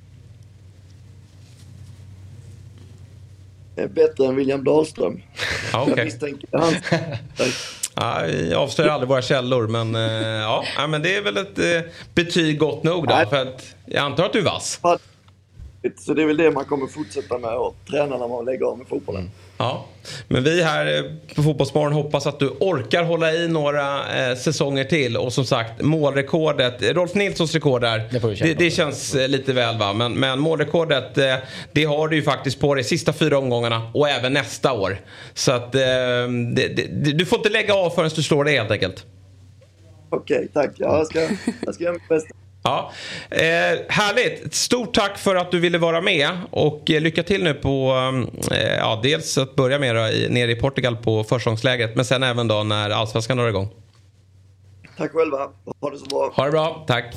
Bättre än William Dahlström. Ja, okay. Jag misstänker han. Ja, vi avslöjar aldrig våra källor, men men det är väl ett betyg gott nog då, för att jag antar att du är vass. Så det är väl det man kommer fortsätta med och träna när man lägger av med fotbollen. Ja, men vi här på Fotbollsmorgon hoppas att du orkar hålla i några säsonger till. Och som sagt, målrekordet, Rolf Nilssons rekord där, det känns lite väl, va? Men målrekordet, det har du ju faktiskt på de sista 4 omgångarna och även nästa år. Så att du får inte lägga av förrän du slår det helt enkelt. Okej, tack. Jag ska göra mitt bästa. Ja, härligt. Stort tack för att du ville vara med. Och lycka till nu på dels att börja med nere i Portugal på försäsongslägret, men sen även då när Allsvenskan drar igång. Tack själva. Ha det så bra. Ha det bra, tack.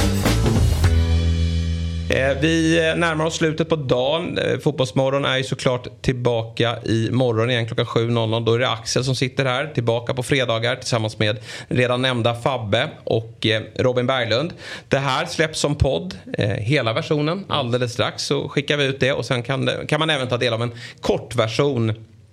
Vi närmar oss slutet på dagen. Fotbollsmorgon är ju såklart tillbaka i morgon igen klockan 7.00. Då är det Axel som sitter här tillbaka på fredagar tillsammans med redan nämnda Fabbe och Robin Berglund. Det här släpps som podd, hela versionen. Alldeles strax så skickar vi ut det, och sen kan man även ta del av en kortversion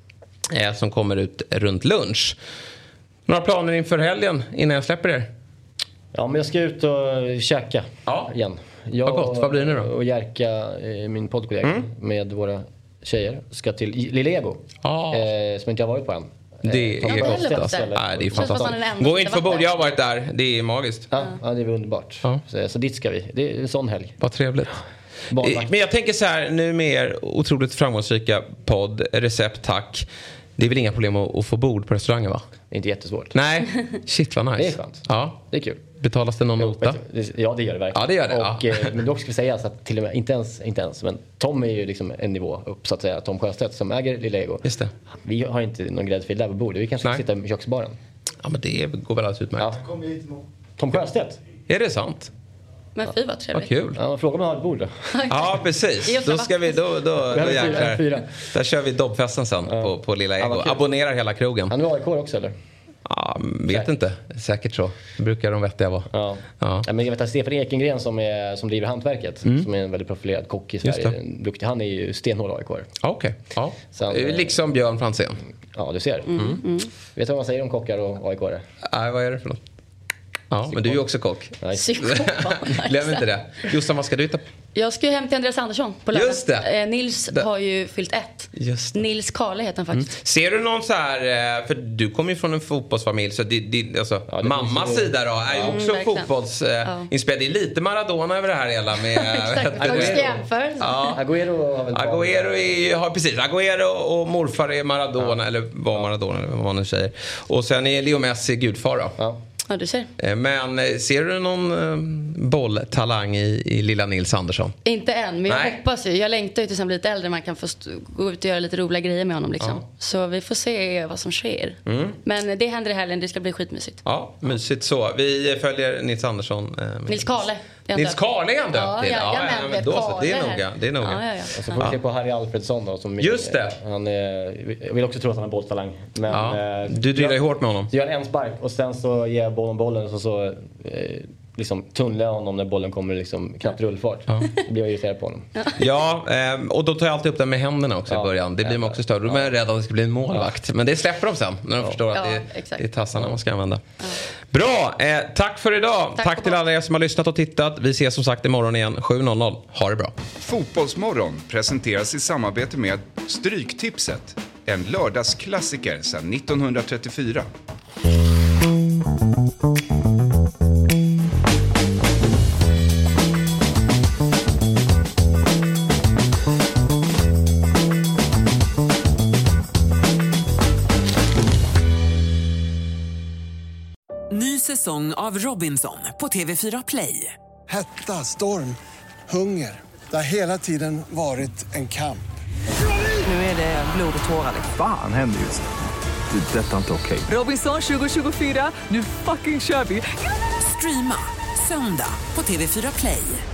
som kommer ut runt lunch. Några planer inför helgen innan jag släpper er? Ja, men jag ska ut och käka igen. Vad gott, vad blir det nu då? Och Jerka, min poddkollega, med våra tjejer ska till Lillego. Som inte jag har varit på än. Det är gott alltså. Det är fantastiskt. Gå inte för bord, jag har varit där. Det är magiskt. Ja, det är underbart. Så dit ska vi. Det är en sån helg. Vad trevligt. Men jag tänker så här, nu med er otroligt framgångsrika podd, Recept Tack. Det är väl inga problem att få bord på restaurangen, va? Det är inte jättesvårt. Nej, shit vad nice. Det är skönt. Ja, det är kul. Betalas det någon nota? Ja, det gör det verkligen. Ja, det gör det. Och, men dock ska vi säga så att till och med, inte ens, men Tom är ju liksom en nivå upp, så att säga. Tom Sjöstedt som äger Lillego. Just det. Vi har inte någon gräddfil där på bordet. Vi kanske ska sitta i köksbaren. Ja, men det går väl alldeles utmärkt. Ja. Tom Sjöstedt. Är det sant? Men fy vad trevligt. Vad kul. Ja, fråga om jag har ett bord då. Ja, precis. Då ska vi, då jäklar. Där kör vi dobbfesten sen på Lilla Ego. Abonnerar hela krogen. Han är AIK också, eller? Ja, vet inte. Säkert så. Det brukar de vettiga vara. Ja, men jag vet att Stefan Ekengren som driver Hantverket, som är en väldigt profilerad kock i Sverige. Duktig. Han är ju stenhård AIK. Okej. Ja. Liksom Björn Franzén. Ja, du ser. Vet du vad man säger om kockar och AIK? Nej, vad är det för något? Ja, men du är ju också kock. Glöm inte det. Jossan, vad ska du hitta på? Jag ska ju hem till Andreas Andersson på lördag. Just det. Nils har ju fyllt 1. Just det. Nils Karle heter han faktiskt. Ser du någon så här, för du kommer ju från en fotbollsfamilj, så alltså, mammas sida då är ju också fotbollsinspelad. Det är lite Maradona över det här hela med Agüero och morfar är Maradona, eller var Maradona, eller vad man nu säger. Och sen är Leo Messi gudfar då. Ja, du ser. Men ser du någon bolltalang i lilla Nils Andersson? Inte än, men jag hoppas ju. Jag längtar ju tills han blir lite äldre. Man kan få gå ut och göra lite roliga grejer med honom liksom. Så vi får se vad som sker. Men det händer i helgen, det ska bli skitmysigt. Ja, mysigt så. Vi följer Nils Andersson. Nils Karle. Nils Karle är han döpt till. Men då så. Det är noga. Ja. Och så får vi se på Harry Alfredsson då. Som just det. Jag vill också tro att han har bolltalang. Men, du drillar ju hårt med honom. Så gör en spark och sen så ger jag bollen och så liksom tunnlar jag honom när bollen kommer liksom knappt rullfart. Då blir jag irriterad på honom. Och då tar jag alltid upp den med händerna också i början. Det blir man också större. Då är jag rädd att det ska bli en målvakt. Men det släpper de sen när de förstår att det är tassarna man ska använda. Bra, tack för idag. Tack till alla er som har lyssnat och tittat. Vi ses som sagt imorgon igen 7.00. Ha det bra. Fotbollsmorgon presenteras i samarbete med Stryktipset. En lördagsklassiker sedan 1934. Ny säsong av Robinson på TV4 Play. Hetta, storm, hunger. Det har hela tiden varit en kamp. Nu är det blod och tårar. Fan händer just det. Det är detta inte okej. Robinson 2024, nu fucking kör vi! Streama söndag på TV4 Play.